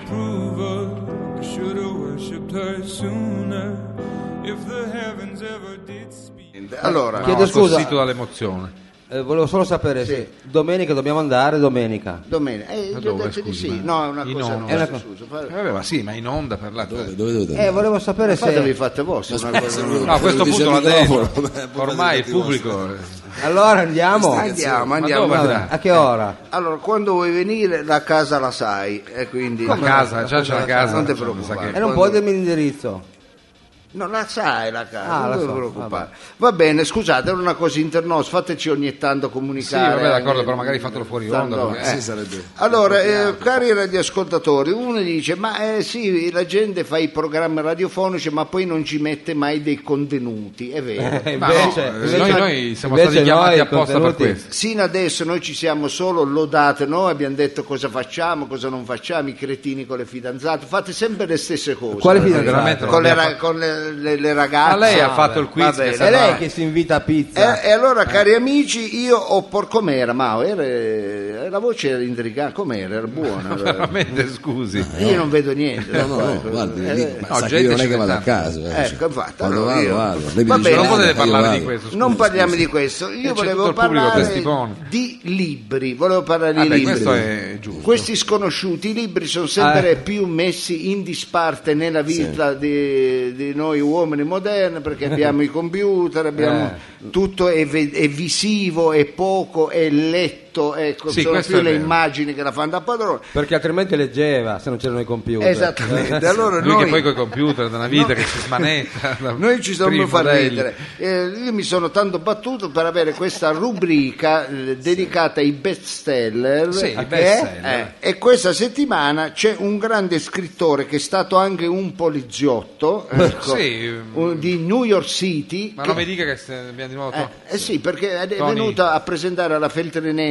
disapproval? I should have worshipped her sooner. If the heavens ever did speak. Allora, Chiedo No, scusa. scossito dall'emozione. Eh, volevo solo sapere Sì. se domenica dobbiamo andare, domenica. domenica. Eh, Ma gli ho dove, detto di scusi, sì. ma- No, è una in cosa onda? nuova. È una su- su- Eh, vabbè, ma sì, ma in onda per la... Dove, dove dovete Eh, andare? volevo sapere Fatevi se... fatte vostre, una cosa nuova. No, a questo Dice punto il l'ha detto. microfono, poi Ormai il vedete i vostri- pubblico... Allora andiamo. Andiamo, Ma andiamo. dove? Vabbè. Vabbè, a che ora? Allora, quando vuoi venire, la casa la sai, e quindi... La casa, già c'è la casa. Non ti mi sa preoccupare. che- E non puoi dirmi l'indirizzo. No, la sai la casa, Ah, non la ti so, preoccupare. Va bene, scusate, era una cosa internos, fateci ogni tanto Sì, comunicare. vabbè, d'accordo, anche- però magari fatelo fuori onda. Tanto, perché- eh. Sì, sarebbe. Allora, eh, cari radioascoltatori, uno dice, ma eh, sì, la gente fa i programmi radiofonici, ma poi non ci mette mai dei contenuti, è vero. Eh, Ma invece, no, invece- noi, noi siamo invece stati chiamati noi apposta per contenuti- questo. Sino adesso noi ci siamo solo lodate, noi abbiamo detto cosa facciamo, cosa non facciamo, i cretini con le fidanzate, fate sempre le stesse cose. Quale Eh, fidanzate? Veramente non Con, le, abbiamo ra- con le, le- le ragazze. Ma lei ha Ah, fatto il quiz va che bene. sa- È lei no. che si invita a pizza. E, e allora, cari amici, io ho por com'era, Mao, era, la voce era intrigante, com'era, era buona. Veramente, scusi. Io non vedo niente. No, no, non no, so. guardi, Eh, lì, eh, ma no, sa che gente io non è ci che vado a mette- caso. Eh, Ecco, infatti, quando allora vado, io- vado. Lei mi Va dice bene. Non vada, potete io parlare vado. di questo, scusi. non parliamo scusi. di questo, io E c'è volevo tutto il pubblico parlare testimone. di libri, volevo parlare di Vabbè, libri. questo è giusto. Questi sconosciuti, i libri sono sempre Eh. più messi in disparte nella vita di, di noi uomini moderni, perché abbiamo i computer, abbiamo tutto è, ve- è visivo, è poco, è letto, ecco, Sì, sono questo più è le vero. immagini che la fanno da padrone. Perché altrimenti leggeva se non c'erano i computer. Esattamente, allora Lui noi, che poi con i computer da una vita che si smanetta. da noi ci dobbiamo primi far modelli. ridere. Eh, io mi sono tanto battuto per avere questa rubrica eh, dedicata ai bestseller. Sì, i eh, bestseller. eh, e questa settimana c'è un grande scrittore che è stato anche un poliziotto, ecco, Sì. un- di New York City. Ma che- non mi dica che se- abbiamo di nuovo... eh, eh sì, perché è Tony. venuto a presentare alla Feltrinelli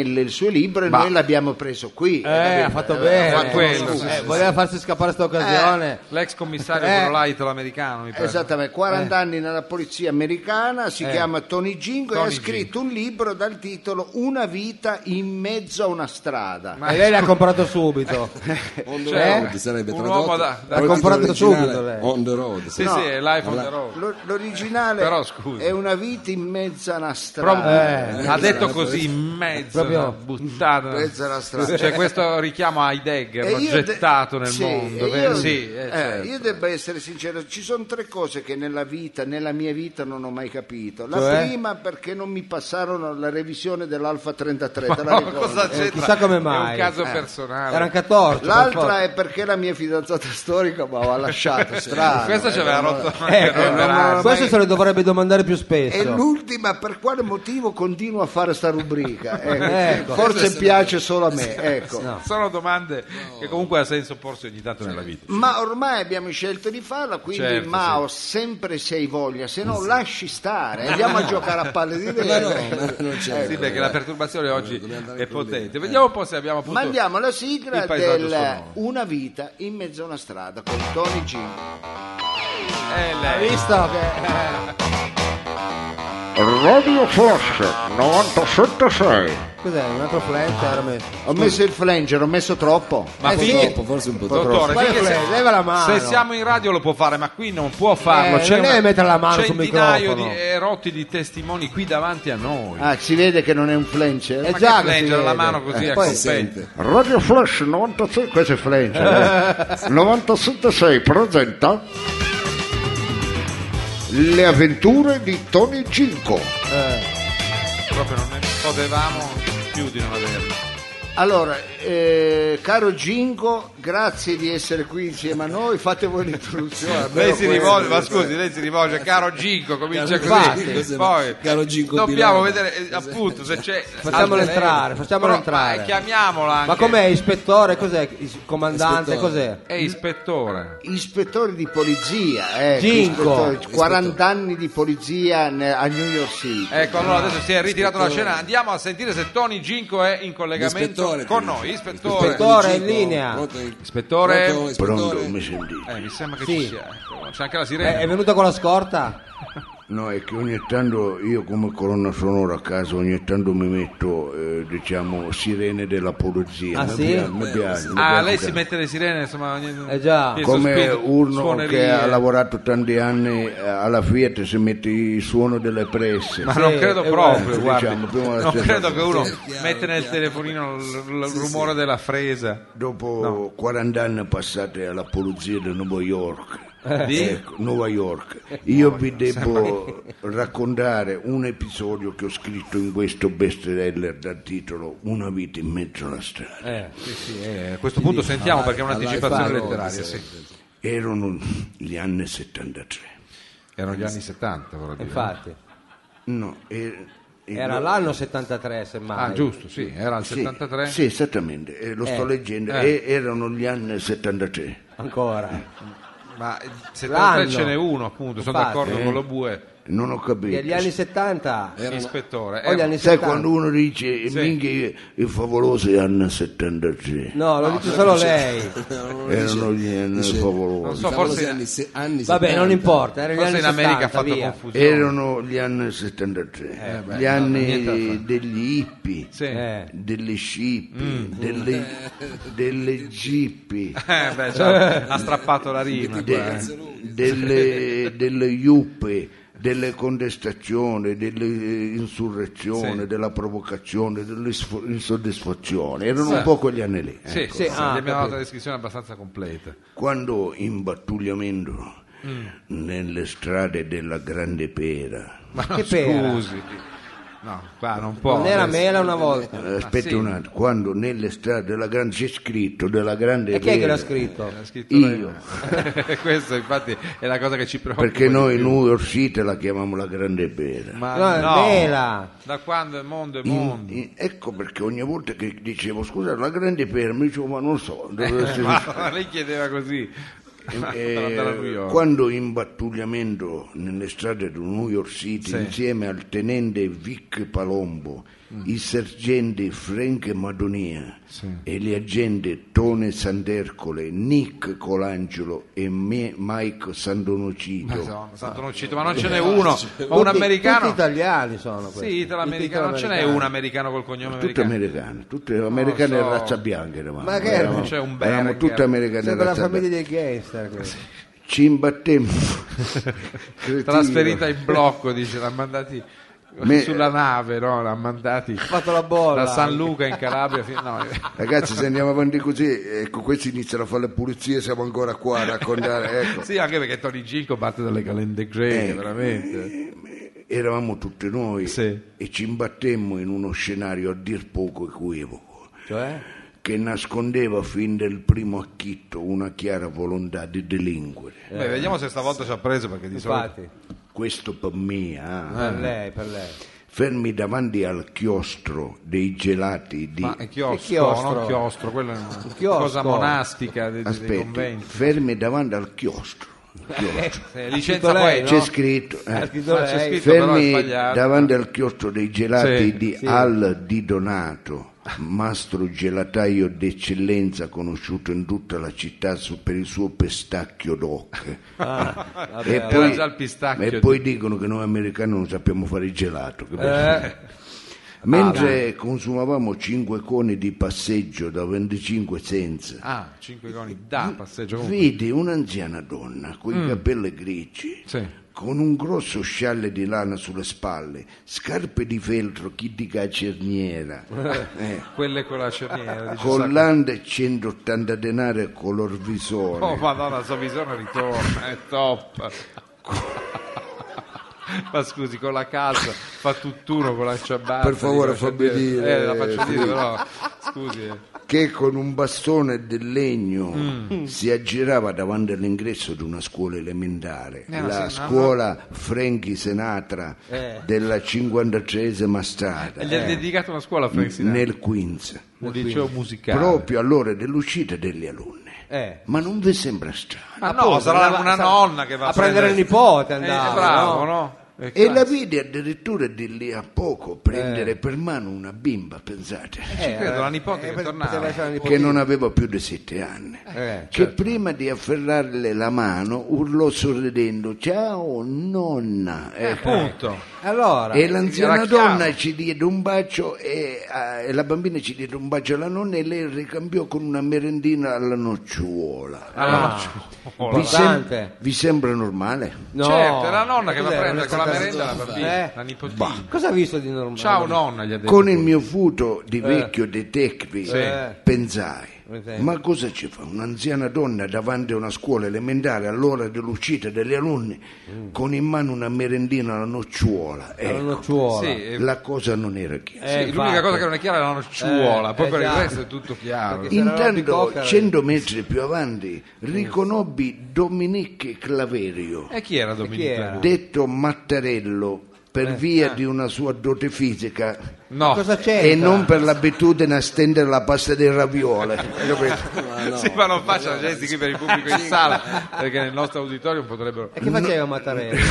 il, il suo libro e Ma- noi l'abbiamo preso qui. Eh, ha fatto bene. fatto quello, uno sì, scudo. Eh, voleva farsi scappare sta occasione. L'ex commissario Eh. quello là italo-americano, mi pare. Esattamente, quaranta anni nella polizia americana, si Eh. chiama Tony Gingo e Tony ha scritto un libro dal titolo Una vita in mezzo a una strada. E lei l'ha comprato subito. On the Cioè, road sarebbe un tradotto. uomo da- da- Poi il L'ha titolo comprato originale, subito lei. On the road. Sì, No. sì, è Life on Alla- the road. Lo- l'originale Però, scusi. è Una vita in mezzo a una strada. Proprio- Eh. ha detto così in mezzo, Proprio- buttato. In mezzo alla strada. C'è questo richiamo a Heidegger, E l'ho io de- gettato nel sì, mondo. e vero? Io, Sì, eh, eh, certo. io devo essere sincero, ci sono tre cose che nella vita, nella mia vita non ho mai capito. La Cioè? prima perché non mi passarono la revisione dell'Alfa trentatré, te la Ma ricordi? cosa c'entra? chissà come È mai. un caso Eh. personale. Era anche a torto. L'altra qualcosa. è perché la mia fidanzata storica mi aveva lasciato, strano. Questo ci eh, aveva non- rotto Ecco, anche non- per non- anni. Questo mai- se lo dovrebbe domandare più E spesso. l'ultima, per quale motivo continuo a fare sta rubrica? Ecco, Ecco. forse piace solo a me, ecco. No. Sono domande che comunque ha senso porsi ogni tanto nella vita. Ma ormai abbiamo scelto di farla, quindi Certo, Mao, sempre se hai voglia, se no lasci stare, andiamo a giocare a palle di Ma vetro. no, ma non c'è. Sì, perché la perturbazione oggi dobbiamo andare è con potente. Vediamo un po' se abbiamo appunto Mandiamo la sigla il paesaggio del sonoro. Una vita in mezzo a una strada con Tony G. Eh, lei. Hai visto che... Radio Flash novantasette sei. Cos'è? Un altro flash era messo? Ho messo il flanger, ho messo troppo. Ma Eh, Un po' sì. troppo, forse un po' troppo. Dottore, Quale finché flash? se, Leva la mano. se siamo in radio lo può fare, ma qui non può farlo. Eh, C'è non deve una- mettere la mano sul centinaio di microfono. erotti di testimoni qui davanti a noi. Ah, si vede che non è un flanger? Eh, Ma già che che si flanger, la vede. mano così Eh, a poi Si competto. sente. Radio Flash novantasei, questo è flanger. eh. novantasette sei presenta Le avventure di Tony Ginko. Proprio non ne potevamo più di non averlo. Allora, eh, caro Ginko, grazie di essere qui insieme a noi, fate voi l'introduzione. Lei almeno si quello. rivolge, ma scusi, lei si rivolge, caro Ginko, comincia Caro così. Ginko, cos'è? Poi Caro Ginko dobbiamo Pilota. vedere eh, appunto se c'è. Facciamolo al telefono. entrare, facciamolo Però, entrare. ma chiamiamola anche. Ma com'è? Ispettore? Cos'è? Is- Comandante? Ispettore. Cos'è? È ispettore. Ispettore di polizia, ecco, Ginko. ispettore, quaranta anni di polizia ne- a New York City. Ecco, allora adesso si è ritirato dalla Ispettore. scena. Andiamo a sentire se Tony Ginko è in collegamento Ispettore, con ti noi. dico. Ispettore. Ispettore. in Ginko, linea. pronto in- Ispettore. pronto, ispettore? mi sentite? Eh, mi sembra che Sì. ci sia. Ecco, c'è anche la È, sirena. è venuta con la scorta? No, è che ogni tanto io come colonna sonora a casa ogni tanto mi metto, eh, diciamo, sirene della polizia. Ah, mi sì? piace, mi piace, mi Ah, piace lei si tanto. mette le sirene, insomma. ogni- Eh già. che Come sospiri- uno suonerie. che ha lavorato tanti anni eh, alla Fiat si mette il suono delle presse. Ma Sì, non credo eh, proprio, eh, guardi. diciamo, prima la non stessa credo cosa. che uno Chiaro, mette nel chiaro. telefonino il, il rumore della fresa. Dopo quaranta anni passati alla polizia di New York, Di? ecco, New York, io vi devo raccontare un episodio che ho scritto in questo bestseller dal titolo Una vita in mezzo alla strada. Eh. Sì, sì, eh, a questo punto sentiamo perché è un'anticipazione Alla- alla- letteraria. alla- Sì. Erano gli anni settantatré. Erano gli anni settanta, vorrei dire. Infatti. No, er- Era no, l'anno settantatré, semmai. Ah, giusto, sì, era il sì, settantatré. sì, esattamente, eh, lo sto Eh, leggendo, eh. e erano gli anni settantatré. Ancora. Ma il settantatré L'anno. ce n'è uno, appunto, sono Infatti. d'accordo Eh. con lo Bue. Non ho capito. E gli anni settanta? Ispettore. O gli Eh, anni Sai settanta? quando uno dice Sì. minchia i favolosi anni settantatré? No, lo dice solo lei. Erano gli anni non favolosi. so, Favolosi forse, anni, se- anni Vabbè, settanta. non importa, erano gli forse anni in America ha settanta, fatto via. confusione. Erano gli anni settantatré, Eh, beh, gli no, anni niente da fare. degli hippie, Sì. Eh. delle scippi, Mm. delle, delle gippi, Eh, beh, cioè, ha strappato la rima. de- qua, eh. delle, delle iuppe, delle contestazioni, delle insurrezioni, Sì. della provocazione, dell'insoddisfazione. Erano un po' quegli anni lì. Sì, ecco. sì, Sì, sì, ah, gli abbiamo dato capito. una descrizione abbastanza completa. Quando in pattugliamento Mm. nelle strade della Grande Pera. Ma no, Che pera? scusi. No, qua non può. Non era adesso. mela una volta. Eh, Aspetta sì. un attimo, quando nelle strade della Grande c'è scritto della Grande E chi è che Pera, l'ha scritto? L'ha scritto Io. lei. Questo infatti è la cosa che ci preoccupa. perché di noi più. New York City la chiamiamo la Grande Pera. Ma No, è no, mela. da quando è mondo è In- mondo. in- ecco perché ogni volta che dicevo scusa la Grande Pera mi dicevo ma non so dove si- Ma lei chiedeva così. Eh, Per andare a New York. quando in pattugliamento nelle strade di New York City Sì. insieme al tenente Vic Palombo i sergenti Frank Madonia Sì. e gli agenti Tone Sandercole, Nick Colangelo e me, Mike Sandonocito. Madonna, Sant'Onocito, ma non ce n'è uno, ma un Tutti- americano. tutti italiani sono questi. Sì, italo-americano, non ce n'è Italo-americani. un americano col cognome Tutte americano. americane, tutte americane so. e razza bianca eravamo. Ma che- eravamo, c'è un eravamo Berger. tutte americane e Sembra la razza famiglia bianca. dei gangster. questi. Ci imbattemmo. Cretino. Trasferita in blocco, dice, l'ha mandati Me- sulla nave, no? L'ha mandati Ha fatto la bolla. da San Luca in Calabria fino no, Ragazzi, se andiamo avanti così, ecco, questi iniziano a fare le pulizie, siamo ancora qua a raccontare. Ecco. sì, anche perché Tony Ginko parte dalle calende greche, Eh, veramente. Eravamo tutti noi Sì. e ci imbattemmo in uno scenario a dir poco equivoco, Cioè? che nascondeva fin del primo acchitto una chiara volontà di delinquere. Beh, vediamo se stavolta ci ha preso, perché di solito Infatti, Questo per me, ah. per lei, per lei. Fermi davanti al chiostro dei gelati di... ma è chiostro, chiostro? non chiostro, quella è una chiosco. cosa monastica dei, dei Aspetti, conventi. fermi davanti al chiostro. chiostro. Eh, licenza lei, poetica. C'è scritto... eh. Ha scritto Ma c'è lei. scritto però è Fermi sbagliato. davanti al chiostro dei gelati Sì, di sì. Al Di Donato, mastro gelataio d'eccellenza conosciuto in tutta la città su- per il suo pistacchio d'oc. Ah, vabbè, e era poi, già il pistacchio e di- poi dicono che noi americani non sappiamo fare il gelato. capito? Eh, Mentre consumavamo cinque coni di passeggio da venticinque senza, Ah, cinque coni da passeggio comunque. vidi un'anziana donna con Mm. i capelli grigi, Sì. con un grosso scialle di lana sulle spalle, scarpe di feltro, chi di cerniera, eh, Quelle con la cerniera. dice, collante centottanta denari color visore. Oh madonna, sua visione ritorna, è top. Ma scusi, con la calza fa tutt'uno con la ciabatta. Per favore, dico, fammi cioè, dire, Eh, la faccio sì. dire, però. Scusi. eh. Che con un bastone del legno Mm. si aggirava davanti all'ingresso di una scuola elementare, Eh, ma la sì, ma- scuola Franchi Sinatra Eh. della cinquantatreesima strada, E gli ha dedicato una scuola a Frank Sinatra, nel Queens, nel liceo musicale. proprio all'ora dell'uscita degli alunni. eh. Ma non vi sembra strano? Ma no, sarà una nonna che va a prendere il nipote andava, Eh, bravo, no? no? È E la classico. vidi addirittura di lì a poco prendere per mano una bimba, pensate, Ci credo, la nipote eh, che poteva tornava. essere la nipote. che non aveva più di sette anni. Eh, Che prima di afferrarle la mano urlò sorridendo ciao nonna, ecco. Appunto. Allora, E l'anziana era chiaro. donna ci diede un bacio e, eh, e la bambina ci diede un bacio alla nonna e lei ricambiò con una merendina alla nocciola. Allora, vi, sem- importante. vi sembra normale? no. certo, è la nonna che va a Cos'era, prendere con la merenda la bambina, Eh. la nipotina. Cosa ha visto di normale? Ciao nonna, gli ha detto. Con il mio futo di vecchio detective Eh. pensai, Sì. ma cosa ci fa un'anziana donna davanti a una scuola elementare all'ora dell'uscita degli alunni con in mano una merendina alla nocciola? La Ecco, nocciola. Sì, eh, la cosa non era chiara. sì, Eh, l'unica infatti. cosa che non è chiara è la nocciola, Eh, poi per il esatto. resto è tutto chiaro. Perché se era la Intanto, bicocca- cento metri più avanti, riconobbi Dominique Claverio, E chi era chi Domenico? era? detto Mattarello, per via di una sua dote fisica No, Cosa c'è? e non per l'abitudine a stendere la pasta dei ravioli. Hai capito? sì, ma non facciano gesti qui per il pubblico in sala, perché nel nostro auditorium potrebbero... E che faceva Mattarello?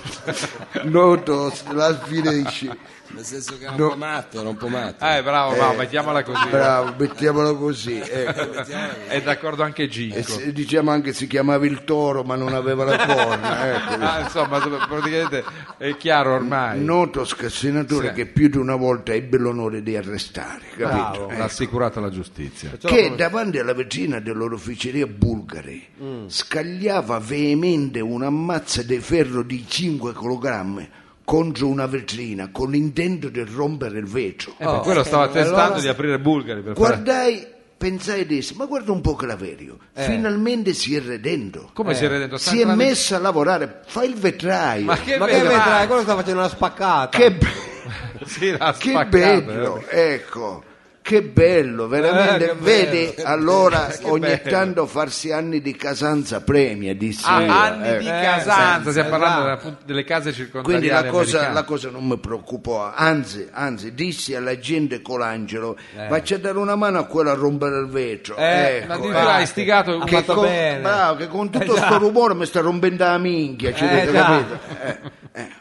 Noto, la finisci. Nel senso che era No. un po' matto, era un po' matto. Eh, bravo, no, mettiamola così. Bravo, mettiamolo così. ecco. È d'accordo anche E Ginko. se- diciamo anche si chiamava il toro ma non aveva la corna. ecco. Ah, insomma, praticamente è chiaro ormai. Noto scassinatore Sì. che più di una volta ebbe l'onore di arrestare, capito? Bravo. Ecco. L'ha assicurata la giustizia. Che davanti alla vetrina dell'oreficeria bulgari scagliava veemente una mazza di ferro di cinque chilogrammi contro una vetrina con l'intento di rompere il vetro. Eh, per quello stava tentando allora- di aprire Bulgari per fare... Guardai, pensai adesso, ma guarda un po' Claverio, finalmente si è redento. Come si è redento? Si è messo a lavorare, fa il vetraio. Ma che Ma che vedrai? vedrai? Quello sta facendo una spaccata. Che, be- Sì, l'ha che spaccato, bello, eh. ecco. Che bello, veramente. Eh, che Vedi, bello. allora ogni bello. tanto farsi anni di casanza premia, dissi Ah, io, anni ecco. di Eh, casanza, sì, stiamo esatto. parlando appunto delle case circondariali Quindi la cosa, americane. la cosa non mi preoccupò, anzi, anzi dissi alla gente Colangelo, faccia dare una mano a quello a rompere il vetro. Eh, ecco, Ma addirittura ha eh. istigato Ha Che fatto con, bene. bravo, che con tutto sto rumore mi sta rompendo la minchia, ci Eh, avete già. capito? Eh, eh.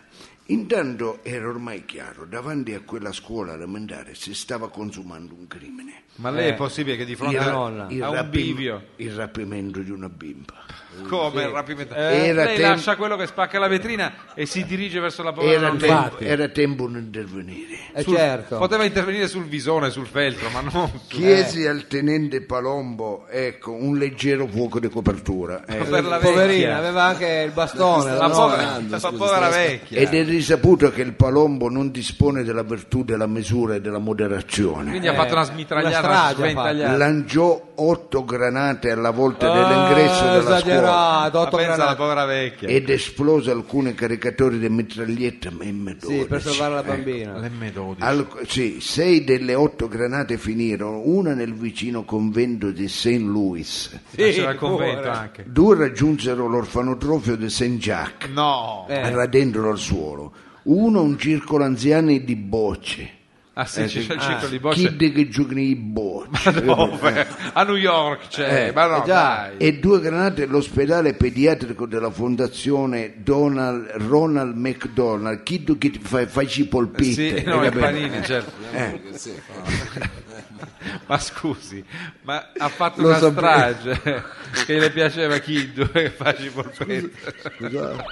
Intanto era ormai chiaro, davanti a quella scuola elementare si stava consumando un crimine. Ma lei Eh. è possibile che di fronte Il, a, nonna. il a un rapi- bivio, il rapimento di una bimba. come il rapimento, Era lei tem- lascia quello che spacca la vetrina e si dirige verso la povera Era, nonna. tempo, era tempo di intervenire. Eh, Sul- certo. Poteva intervenire sul visone, sul feltro, ma non su- Chiesi al tenente Palombo, ecco, un leggero fuoco di copertura. ecco. per la Poverina, vecchia. aveva anche il bastone. La la povera, nonna. Grande, la scusi, povera stava- vecchia. Ed è risaputo che il Palombo non dispone della virtù della misura e della moderazione. Quindi ha fatto una smitragliata, una una strage ha sventagliata. Lanciò otto granate alla volta dell'ingresso Ah, della scuola esagerato, Ma otto pensa alla granate. povera vecchia. ed esplose alcune caricatori di mitraglietta M dodici. Sì, per salvare la bambina. L'emme dodici. Al- sì, sei delle otto granate finirono, una nel vicino convento di Saint Louis. Sì, c'era il pure. convento anche. Due raggiunsero l'orfanotrofio di Saint Jacques, No. Eh. radendolo al suolo. Uno un circolo anziani di bocce. Ah sì, Eh, c'è sì. il ciclo di bocce. Kid che giocano i bocce. Dove? A New York c'è. Eh, ma no, eh già. dai. E due granate all'ospedale pediatrico della fondazione Donald, Ronald McDonald. Chi tu che fa, facci polpette? Sì, no, hai i capito? panini, certo. Eh. Sì, fa- Ma scusi, ma ha fatto Lo una sapevo. strage che le piaceva Kid che facci polpette. Scusate.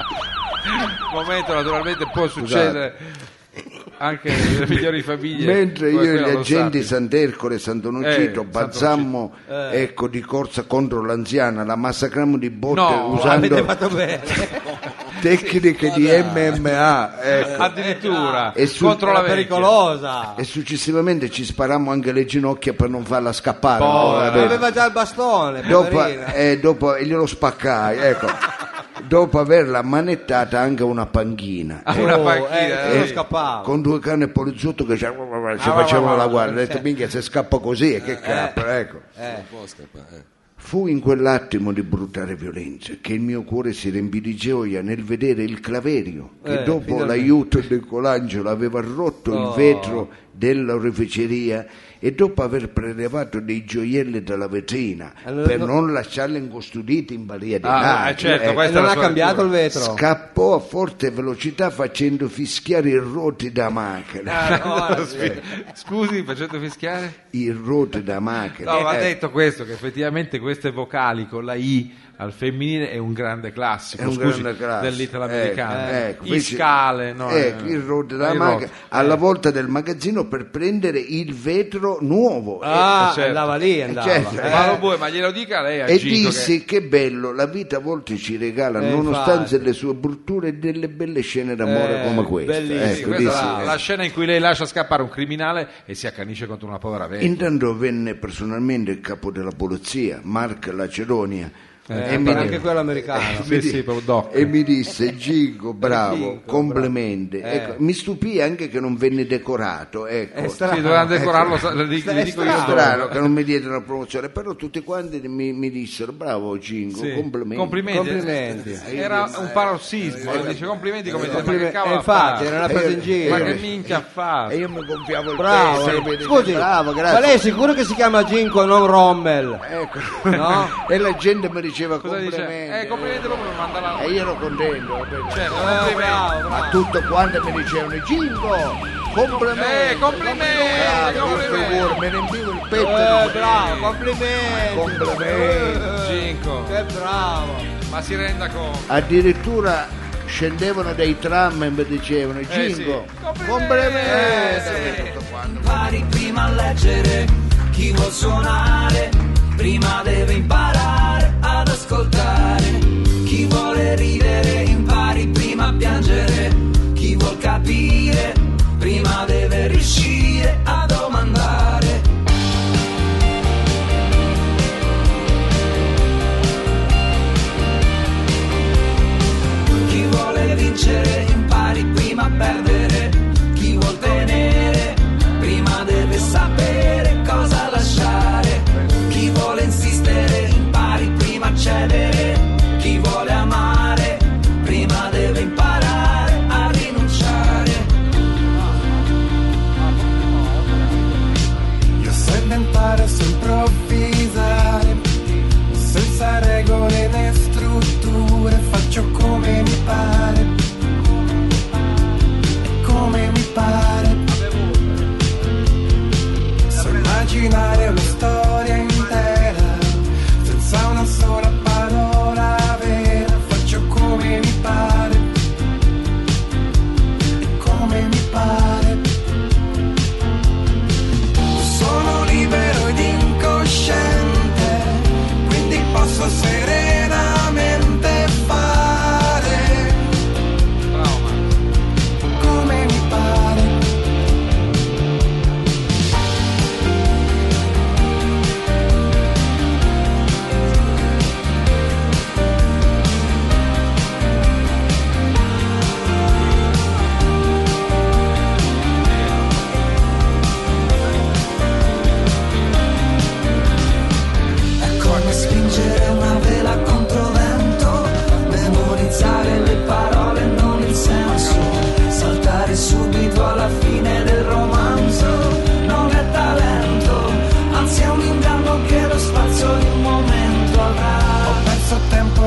Momento naturalmente può succedere anche nelle migliori famiglie. Mentre come io e quella gli lo agenti sappia. Sant'Ercole e Sant'Onocito Eh, balzammo ecco, di corsa contro l'anziana, la massacrammo di botte No, usando Avete fatto bene. tecniche di M M A. Ecco. addirittura E sul- contro la Era vecchia. pericolosa. E successivamente ci sparammo anche le ginocchia per non farla scappare. Povera. no? Vabbè. Aveva già il bastone, dopo, poverina. eh, dopo e glielo spaccai, ecco. Dopo averla manettata anche una panchina. Ah, eh, una Oh, panchina, eh, eh. non scappava. con due cane e poliziotto che ci, ci Ah, facevano va, va, la va, guardia. Ho va, detto, sì. minchia, se scappa così, e che capra, ecco. non può scappare. eh. Fu in quell'attimo di brutale violenza che il mio cuore si riempì di gioia nel vedere il Claverio che Eh, dopo finalmente. l'aiuto di Colangelo aveva rotto Oh. il vetro dell'oreficeria e dopo aver prelevato dei gioielli dalla vetrina Allora, per no- non lasciarli incustoditi in balia di Ah, lacri, eh, certo, ecco, E questa non è la ha sua cambiato il lettura. vetro. scappò a forte velocità facendo fischiare i roti da macchina. Ah, no, sì. Scusi, facendo fischiare? I roti da macchina. No, va Eh, detto questo, che effettivamente queste vocali con la I al femminile è un grande classico, È un scusi, grande classico. dell'italo-americano. Ecco, ecco, I invece- scale, no? ecco, eh, il road della il macchina road. alla Eh. volta del magazzino per prendere il vetro nuovo. Ah, Eh, certo. andava lì, andava. certo, Eh, Ma lo vuoi, ma glielo dica lei a E Gico dissi che... bello, la vita a volte ci regala, Eh, nonostante infatti. le sue brutture, delle belle scene d'amore Eh, come questa. bellissime. che- Ecco, sì, questa dissi, è la, eh. la scena in cui lei lascia scappare un criminale e si accanisce contro una povera vecchia. Intanto venne personalmente il capo della polizia, Mark Lacedonia, eh, e, mi, anche quello americano. Sì, sì, proprio doc. e mi disse Gigo, bravo, Gigo, complimenti. bravo. Ecco, Eh. mi stupì anche che non venne decorato. Ecco. È strano. Sì, dovevano decorarlo, sa- le dico, È le dico io È strano. dopo. strano che non mi diedero la promozione, però tutti quanti mi, mi dissero bravo Gingo, Sì. complimenti. Complimenti. Complimenti. Era un parossismo, le dice complimenti come dire, ma che Complimenti. cavolo Eh, ha infatti, fatto? era una presa in giro. Ma che minchia ha fatto? E io mi gonfiavo il Bravo. petto, vedi, Scusi, bravo, ma grazie. lei è sicuro che si chiama Ginko, non Rommel? Ecco. No? E la gente mi diceva Cosa dice? complimenti. Eh, complimenti proprio per mandare la... E io ero contento. va bene. Certo, Eh, complimenti. bravo, bravo. A tutto quanto mi dicevano Gingo, complimenti. Eh, complimenti, Bravo, complimenti. io mi riempivo il petto. Eh, bravo, complimenti. Complimenti. Cinco. Che bravo. Ma si renda conto. Addirittura scendevano dai tram e mi dicevano Gingo, sì. complimenti. Eh, Tutto quanto. Impari prima a leggere, chi vuol suonare, prima deve imparare ad ascoltare. Chi vuole ridere, impari prima a piangere. Chi vuol capire, prima deve riuscire a domandare. Chi vuole vincere, impari prima a perdere. Chi vuol tenere, prima deve sapere cosa lasciare. Chi vuole insistere, impari prima a cedere. Chi vuole amare, prima deve imparare a rinunciare.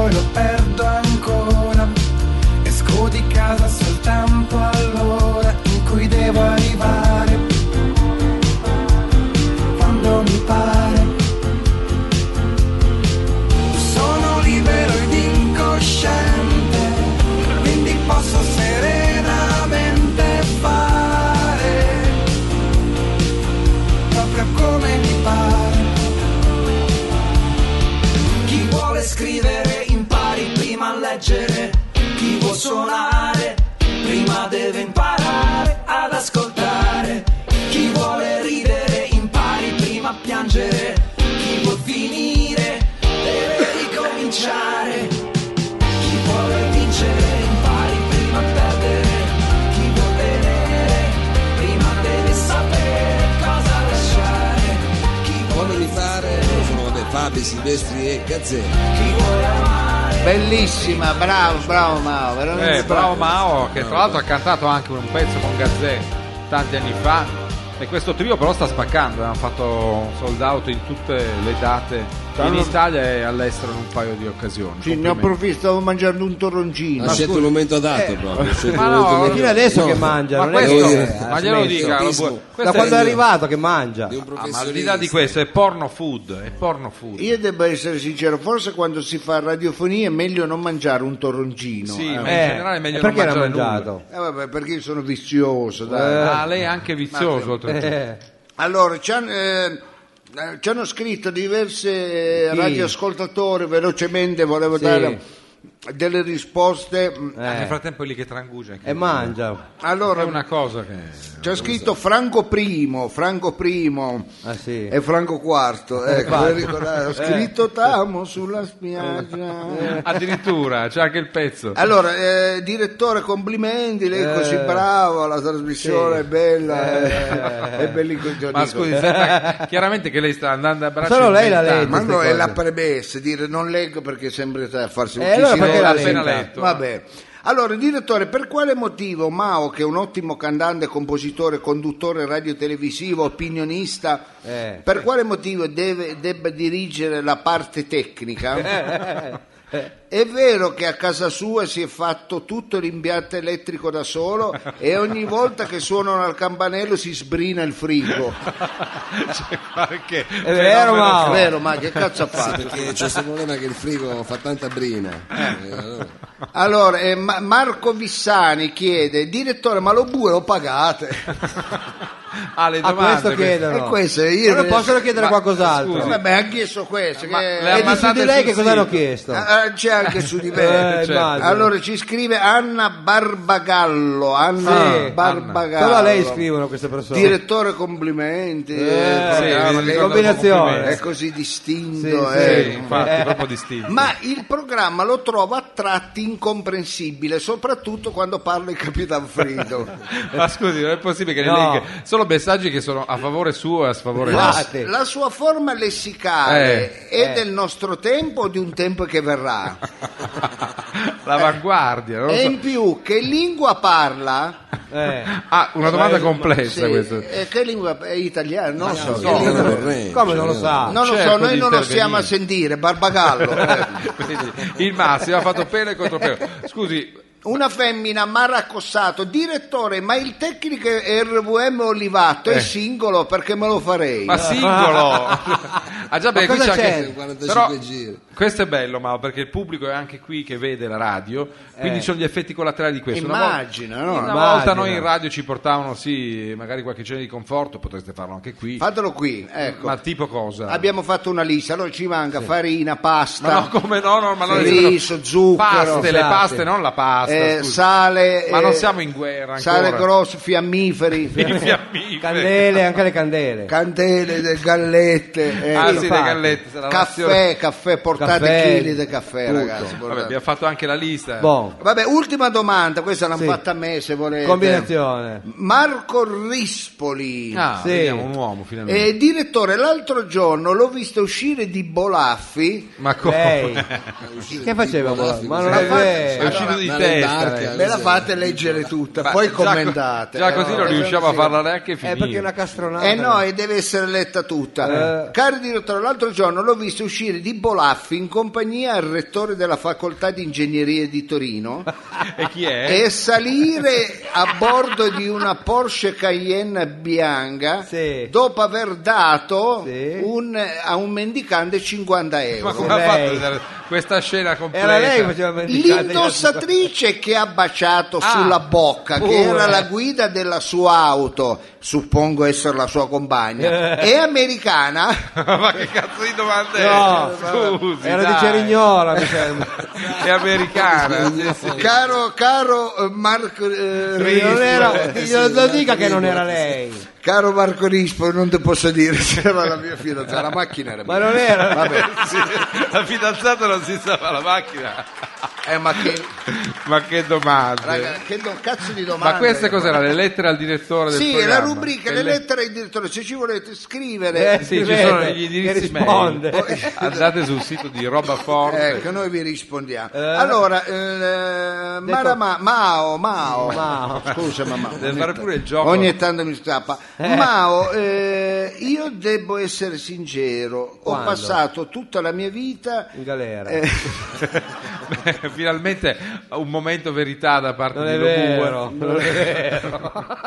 poi lo perdo ancora. Esco di casa soltanto all'ora in cui devo arrivare, quando mi pare. Sono libero ed incosciente, quindi posso serenamente fare proprio come mi pare. Chi vuole scrivere impari prima a leggere, chi vuol suonare prima deve imparare ad ascoltare, chi vuole ridere impari prima a piangere, chi vuol finire deve ricominciare, chi vuole vincere impari prima a perdere, chi vuol tenere prima deve sapere cosa lasciare, chi Come mi pare sono vabbè, Fabi, Silvestri e Gazzè. chi vuole amare. Bellissima, bravo, bravo Mao, veramente Eh, bravo Mao, che tra l'altro ha cantato anche un pezzo con Gazzè tanti anni fa, e questo trio però sta spaccando, hanno fatto sold out in tutte le date in Italia e all'estero in un paio di occasioni. Sì, ne ho approfitto, stavo mangiando un torroncino. Ha scelto il momento adatto proprio. ha scelto ma il no, momento fino meglio. adesso No, che mangia, Ma non è questo, che- ma ha glielo smesso. dica, lo Autismo. bu- Da questo quando è è- arrivato che mangia. di un Ah, ma al professionista. di là di questo è porno food, è porno food. Io devo essere sincero, forse quando si fa radiofonia è meglio non mangiare un torroncino. Sì, eh. ma in Eh, generale è meglio e non perché l'ha mangiare mangiato? nulla. Eh, vabbè, perché io sono vizioso, dai. Ah, lei è anche vizioso oltretutto. Eh, Allora, ci hanno, eh, eh, ci hanno scritto diversi eh, Chi? radioascoltatori, velocemente volevo Sì. dare delle risposte. Ah, Nel eh. frattempo è lì che trangugia. E mangia. Allora, È una cosa che... c'è scritto Franco Primo, Franco Primo Ah sì. e Franco Quarto. Ecco, Infatti. voi ricordate, ho scritto Tamo sulla spiaggia. Addirittura, c'è anche il pezzo. Allora, eh, direttore, complimenti, lei è così Eh. bravo, la trasmissione Sì. è bella, Eh. è, è bellissimo. Ma scusi, sembra chiaramente che lei sta andando a braccio Solo lei l'ha inventando. letto. Ma no, queste è la cose. premessa, dire non leggo perché sembra a farsi un Eh, allora chi si perché voglia. l'ha appena letta? letto. Vabbè. Allora, direttore, per quale motivo Mao, che è un ottimo cantante, compositore, conduttore radiotelevisivo, opinionista, Eh. per quale motivo deve, debba dirigere la parte tecnica? È vero che a casa sua si è fatto tutto l'impianto elettrico da solo e ogni volta che suonano al campanello si sbrina il frigo. C'è qualche È vero, fenomeno- Mao? È vero, ma che cazzo ha Sì, fatto? perché c'è questo problema che il frigo fa tanta brina. Eh, allora. Allora, eh, Ma- Marco Vissani chiede, direttore, ma lo bue lo pagate? Ah, le A domande. questo chiedono. E questo io Ma non possono chiedere Ma- qualcos'altro. scusi. Vabbè, ha chiesto questo. Ma che- le ha E di su mandate di lei sul che cosa hanno sito. chiesto? Ah, c'è anche su di Eh, me. certo. immagino. Allora ci scrive Anna Barbagallo. Anna Sì, Barbagallo. Solo a lei scrivono queste persone. Direttore, complimenti. Eh, il programma, sì, lei combinazione. è così distinto. Sì, eh. Sì, infatti, Eh. proprio distinto. Ma il programma lo trovo a tratti incomprensibile, soprattutto quando parla il Capitan Frido. Ma scusi, non è possibile che No. lei che solo messaggi che sono a favore suo e a sfavore La, nostro. Infatti. la sua forma lessicale Eh, è eh. del nostro tempo o di un tempo che verrà? L'avanguardia, non lo E so. in più, che lingua parla? Eh. Ah, una domanda Eh, complessa Sì, questa. eh, che lingua è italiana? Non lo so. No, che no, lingua- no, vorrei. Come non lo sa? Non lo so, Cerco noi di non lo intervenire. stiamo a sentire, Barbagallo. eh. Quindi, il massimo ha fatto pelo e contropelo. Scusi, Una femmina mi ha raccossato, direttore, ma il tecnico R V M Olivato è Eh. singolo perché me lo farei. ma singolo. Ah già, beh, Ma qui cosa c'è c'è? anche quarantacinque però, giri. questo è bello, ma perché il pubblico è anche qui che vede la radio, quindi Eh. ci sono gli effetti collaterali di questo. Immagina, una no? volta, una Immagina. volta noi in radio ci portavano sì, magari qualche cena di conforto, potreste farlo anche qui. Fatelo qui, ecco. Ma tipo cosa? Abbiamo fatto una lista, allora ci manca farina, pasta, Ma no, come no, no, ma non riso, zucchero, paste, le Esatto. paste, non la pasta. eh, scusi. sale, Ma eh, non siamo in guerra ancora. sale grosso, fiammiferi, I fiammiferi. Candele, anche le candele. candele, de- gallette, eh, Ah sì, le infatti. gallette. la caffè, nazione- caffè, portate Caffè, chili di caffè, tutto. ragazzi. Vabbè, portate. abbiamo fatto anche la lista. Buon. Vabbè, ultima domanda, questa l'hanno Sì. fatta a me se volete. Combinazione. Marco Rispoli. Ah, Sì. vediamo un uomo finalmente. Eh, direttore, l'altro giorno l'ho visto uscire di Bolaffi. Ma come? Lei. È uscito Che di faceva? Bolaffi, Ma così. non è Ma fa- vero. È uscito Allora, di ma testa. questa, dark, lei. Me la fate leggere tutta, Ma poi già- commentate. Già così Eh, non no, riusciamo a sì. farla neanche Eh, finire. perché è una castronata. Eh no, e deve essere letta tutta. Eh. Caro direttore, l'altro giorno l'ho visto uscire di Bolaffi in compagnia al rettore della facoltà di ingegneria di Torino E chi è? e salire a bordo di una Porsche Cayenne bianca Sì. dopo aver dato Sì. un- a un mendicante cinquanta Ma euro. come ha Lei. fatto a vedere questa scena completa? Era lei che faceva il mendicante. L'indossatrice che ha baciato Ah, sulla bocca, che pure. era la guida della sua auto, suppongo essere la sua compagna, è americana. Ma che cazzo di domanda è? No, Scusi, era dai. di Cerignola, mi sembra. È americana. sì, sì. Caro, caro eh, Marco eh, Rispo. Non era, eh, glielo lo dica che non era lei. caro Marco Rispo, non ti posso dire se era la mia fidanzata, la macchina era Ma mia. non era. Vabbè, Sì, la fidanzata non si sa la macchina. eh, ma che, Ma che domande. raga, che do- cazzo di domande. Ma queste cos'era? Le lettere al direttore del Sì, programma? la rubrica, Che le le- lettere al direttore, se ci volete scrivere. Eh, Sì, ci Scrivete, sono gli che indirizzi risponde. mail. Andate sul sito di Roba Forte. Ecco, noi vi rispondiamo. Eh. Allora, eh, Marama- Mao, Mao, Mao. scusa mamma. Deve fare pure il gioco. Ogni tanto mi scappa. Eh. Mao, eh, io devo essere sincero, ho Quando? passato tutta la mia vita In galera. eh, Beh, finalmente un momento verità da parte Non di è Lobue. vero, non è vero.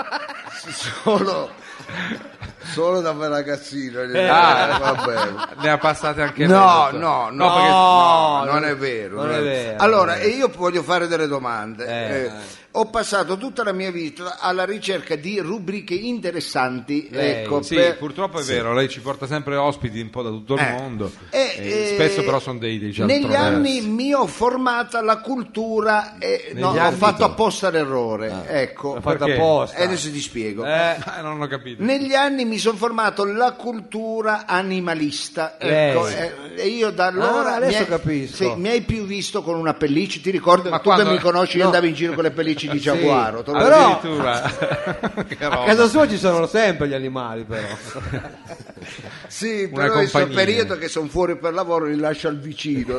solo, solo da un ragazzino. eh, Ah. va bene. Ne ha passate anche No, lei, no, dottor. no, perché- no, non è vero. non è vero. Allora, e io voglio fare delle domande. Eh. Eh, ho passato tutta la mia vita alla ricerca di rubriche interessanti. Lei. Ecco, Sì, per- purtroppo è vero, lei ci porta sempre ospiti un po' da tutto il Eh. mondo. E, Eh, eh, spesso però sono dei, dei negli gialtroversi. anni mi ho formata la cultura e no, Negli ho anni fatto tu? apposta l'errore. Ecco, L'ha fatto Perché? apposta. e adesso ti spiego. Eh, Ah, non ho capito. Negli anni mi sono formato la cultura animalista, Lei. ecco, eh, e io da allora Ah, adesso mi hai, capisco. sì, mi hai più visto con una pelliccia, ti ricordi? Ma Tu che quando- mi conosci, io no. andavo in giro con le pellicce di Giaguaro. te lo Però- dico. Addirittura. Che a roba. casa sua ci sono sempre gli animali, però. Sì, Una però in questo compagnia. periodo che sono fuori per lavoro li lascio al vicino.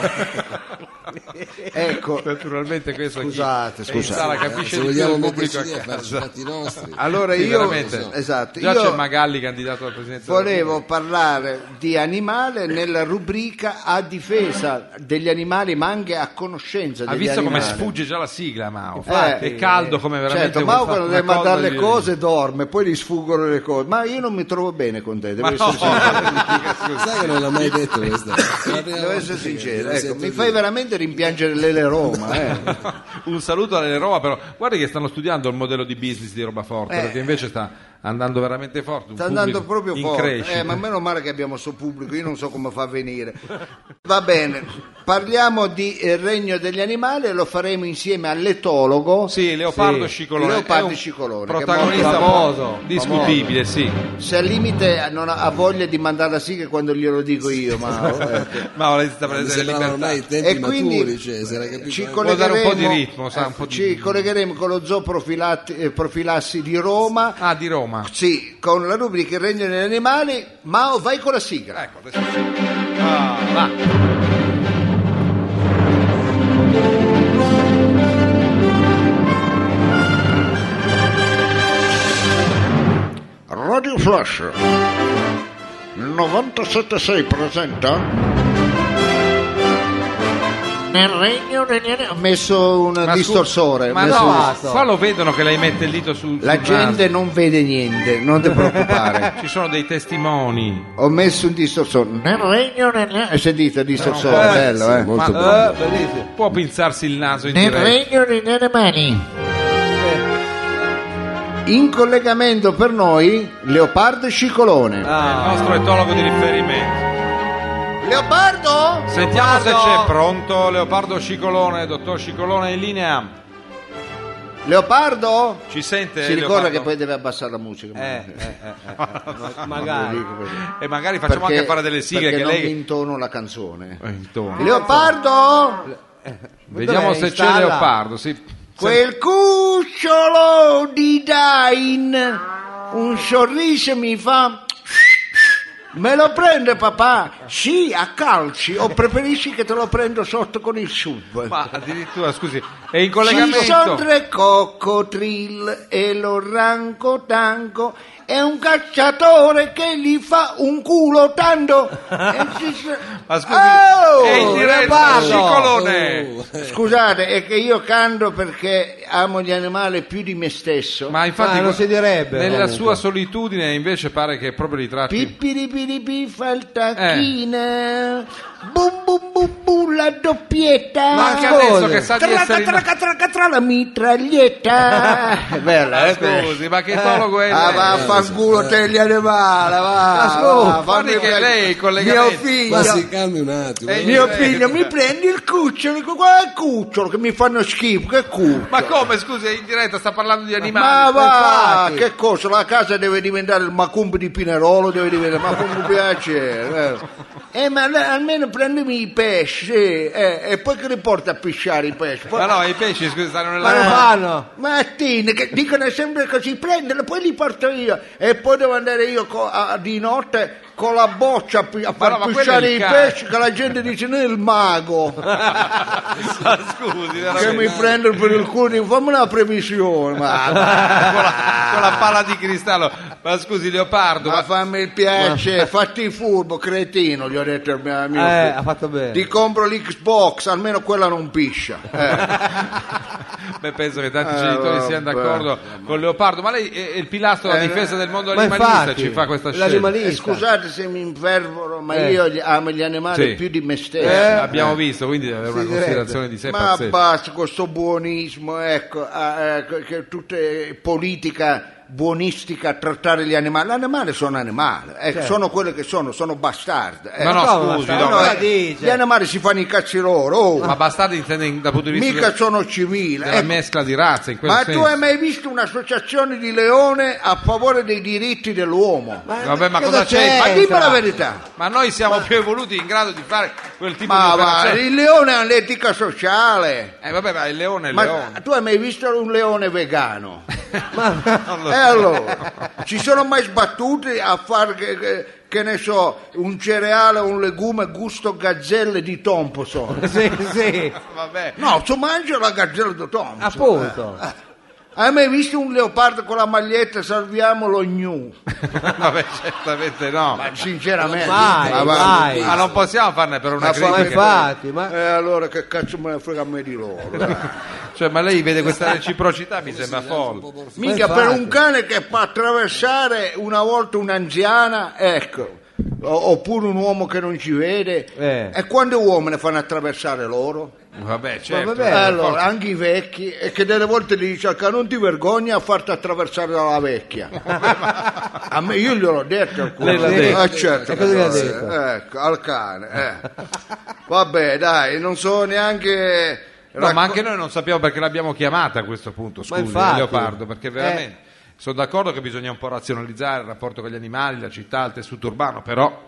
Ecco, Naturalmente questo Scusate, chi è in scusate. sala Eh, capisce se di più vogliamo il pubblico metterci a lì a farci i casa. fatti nostri. allora Sì, io veramente. esatto, Già io c'è Magalli candidato alla presidenza della volevo parlare di animale nella rubrica a difesa degli animali, ma anche a conoscenza Ha degli visto come animali. sfugge già la sigla, Mao? Infatti, è caldo come veramente certo, un- Mao quando una deve mandare colla le di- cose dorme, poi gli sfuggono le cose. Ma io non mi trovo bene con te, devo Ma essere no, sincero. Sai che non l'ha mai detto questa? È la prima Devo volta essere che sincero, lo ecco, sento mi dire. fai veramente rimpiangere l'Ele Roma. Eh. Un saluto alle Roma, però guardi che stanno studiando il modello di business di Roba Forte, Eh. perché invece sta andando veramente forte. Un Sta andando pubblico proprio in forte, crescita. eh, ma meno male che abbiamo sto pubblico, io non so come fa a venire. Va bene, parliamo di eh, Regno degli Animali e lo faremo insieme all'etologo. Sì, Leopardo Sì. Scicolone. Leopardo è un Scicolone, che è protagonista molto famoso, discutibile, sì. Se al limite non ha, ha voglia di mandare la sigla quando glielo dico io, ma ecco. Ma lei si sta Mi prendendo le sembravano libertà. ormai i tempi E quindi maturi, cioè, si era capito ci anche. Può dare un po' di collegheremo, ritmo, sa, un po' di- ci collegheremo con lo zoo profilatti- eh, profilassi di Roma. Ah, di Roma. Sì, con la rubrica Il Regno degli Animali. Mao, vai con la sigla. Ecco, adesso sì. Ah, va. Radio Flash novantasette punto sei presenta Nel Regno degli Animali. Ho messo un Ma scu- distorsore. Ma ho messo- no, qua lo vedono che lei mette il dito sul La sul gente naso. non vede niente, non ti preoccupare. Ci sono dei testimoni. Ho messo un distorsore. Nel Regno degli Animali. Hai sentito il distorsore? No, bello, sì, eh? molto Ma- bello. Eh, bellissimo. Può pinzarsi il naso in Nel diretta. Regno degli Animali. In collegamento per noi Leopardo Scicolone. È il Ah, nostro etologo di riferimento. Leopardo? Sentiamo se Leopardo? c'è pronto Leopardo Scicolone, dottor Scicolone in linea. Leopardo? Ci sente? Si ricorda Leopardo? che poi deve abbassare la musica. eh, eh, eh, eh, eh. magari. E magari facciamo Perché- anche fare delle sigle perché che non lei. mi intono la canzone. Eh, intorno. Leopardo? Vediamo Dov'è? se c'è Installa. Leopardo. Sì. Quel cucciolo di Dain un sorriso mi fa Me lo prende papà? Sì, a calci, o preferisci che te lo prendo sotto con il sub? Ma addirittura, scusi, è in Ci collegamento. sono tre coccodrill e l'orangotango è un cacciatore che gli fa un culo tanto. E ci sa- Ma scusi, Oh, è in diretta Repardo! Scicolone. Scusate, è che io canto perché amo gli animali più di me stesso. Ma infatti Ah, non si direbbe, nella comunque. sua solitudine invece pare che proprio li tratti. Pippiripiripi fa il tacchino, bum bum bum bum la doppietta. Ma anche adesso che sa di traca, essere in- traca, traca, tra la mitraglietta. È bella, eh? Scusi, ma che etologo è Ah, lei? va a fanculo te gli animali, va. va, guardi fammi che vedere. lei, il collegamento. Mio figlio, Ma si calmi un attimo. Eh, mio eh, figlio, mi prendi il cucciolo, dico, guarda il cucciolo che mi fanno schifo, che cucciolo. Ma come, scusi, è in diretta, sta parlando di Ma animali. va, infatti. che cosa? La casa deve diventare il macumbo di Pinerolo, deve diventare macumbo piacere. Eh, Eh, ma al- almeno prendimi i pesci, sì, eh, e poi che li porta a pisciare i pesci? Poi- Ma no, i pesci, scusi, stanno Ma lo nella... fanno. Martino, che dicono sempre così, prendere, poi li porto io e poi devo andare io co- a- di notte con la boccia a, pi- a far no, ma quello pisciare è il i cane. pesci, che la gente dice no, è il mago Ma scusi, che veramente. mi prende per il culo, dico, fammi una previsione, ma, con, la, con la palla di cristallo. Ma scusi, Leopardo, ma ma... fammi il piacere, fatti il furbo, cretino, gli ho detto al mio amico. Eh, ha fatto bene. Ti compro l'Xbox, almeno quella non piscia. Eh. Beh, penso che tanti Eh, genitori vabbè. siano d'accordo con Leopardo, ma lei è è il pilastro della Eh, difesa del mondo ma animalista, infatti, ci fa questa scelta. l'animalista. Eh, scusate se mi infervoro, ma Eh. io gli- amo gli animali Sì. più di me stesso. Eh, Eh. abbiamo visto, quindi deve avere una direbbe. considerazione di sé Ma pazzesca. basta con sto buonismo, ecco, ah, ecco, che tutta politica buonistica a trattare gli animali. Gli animali sono animali, ecco, sono quelli che sono, sono bastardi. ecco. Ma no, come scusi, bastardo? no, No, ma eh, dice? gli animali si fanno i cazzi loro, oh. Ma bastardi intende in- dal punto di vista mica del- sono civili. della ecco. mescla di razze, in quel Ma senso. tu hai mai visto un'associazione di leone a favore dei diritti dell'uomo? Vabbè, ma Cosa cosa c'è? Ma c'entra? dimmi la verità. Ma noi siamo più evoluti in grado di fare quel tipo Ma di va, operazione. il leone ha l'etica sociale. Eh vabbè, ma il leone è il Ma leone. tu hai mai visto un leone vegano? Non lo E so. allora, ci sono mai sbattuti a fare, che, che- che ne so, un cereale o un legume gusto gazzelle di Thompson? Sì, sì, Vabbè. No, tu mangi la gazzella di Thompson. appunto. Eh. Hai mai visto un leopardo con la maglietta salviamo lo gnu? Vabbè, certamente no. Ma sinceramente, Mai, ma va- mai. Ma non possiamo farne per una Ma fa- Ma critica. infatti, ma E allora che cazzo me ne frega a me di loro? dai. Cioè, ma lei vede questa reciprocità, mi sembra folle. Mica Ma per infatti. un cane che fa attraversare una volta un'anziana, ecco, o- oppure un uomo che non ci vede, Eh. e quando uomini fanno attraversare loro? Vabbè, certo. vabbè. Eh, per allora, anche i vecchi, e che delle volte gli dice al cane non ti vergogni a farti attraversare dalla vecchia. A me io gliel'ho detto al Lei l'ha cuore. detto. Eh, certo E che cosa gli ha l'ho detto? detto. Ecco, al cane. eh. Vabbè, dai, non so neanche... No, ma anche noi non sappiamo perché l'abbiamo chiamata a questo punto, scusi, infatti. Leopardo, perché veramente sono d'accordo che bisogna un po' razionalizzare il rapporto con gli animali, la città, il tessuto urbano, però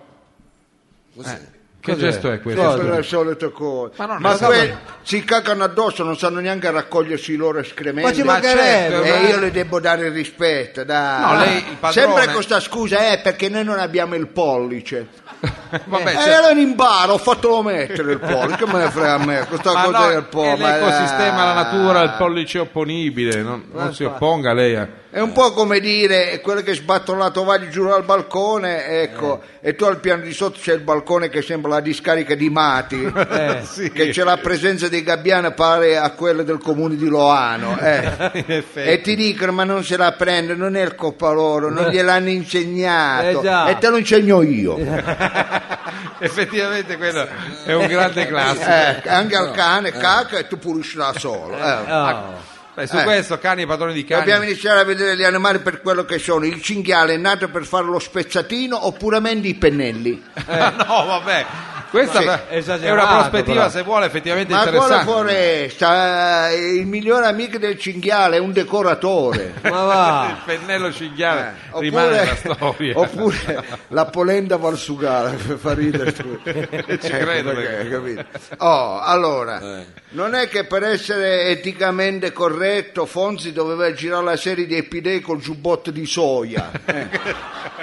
eh, che Cos'è? gesto è questo? Cosa? per scusi? le solite cose. Ma Ma, non è- que- si cagano addosso, non sanno neanche a raccogliersi i loro escrementi. Ma ci Ma mancherebbe. certo, E ma- io le devo dare il rispetto, dai. No, lei, il padrone- Sempre con questa scusa, eh, perché noi non abbiamo il pollice. Vabbè, E certo. allora in bar ho fatto mettere il pollice, che me ne frega a me, questa Ma cosa no, del è pollice. l'ecosistema, la natura, il pollice opponibile, non, non si opponga lei. a- È un po' come dire quelli che sbattono la tovaglia giù dal balcone, ecco, e tu al piano di sotto c'è il balcone che sembra la discarica di Mati, Eh, sì. che c'è la presenza dei gabbiani pare a quella del comune di Loano, eh. In effetti. E ti dicono ma non se la prende, non è il colpa loro, non gliel'hanno insegnato, Eh, già. e te lo insegno io. Effettivamente quello è un grande classico. Eh, anche al cane caca e tu pulisci da solo. eh. oh. Beh, su eh. questo, cani e padroni di cani. Dobbiamo iniziare a vedere gli animali per quello che sono. Il cinghiale è nato per fare lo spezzatino o puramente i pennelli? no, vabbè. Questa Sì, è esagerato, una prospettiva, però. se vuole, effettivamente Ma quale interessante. foresta? Eh, Il migliore amico del cinghiale è un decoratore. Ma Il va. pennello cinghiale Eh, rimane nella storia. oppure la polenta valsugale per far ridere tu. Ci credo, perché, perché- capito? Oh, allora, Eh. non è che per essere eticamente corretto Fonzi doveva girare la serie di Epidei col giubbotto di soia. Eh.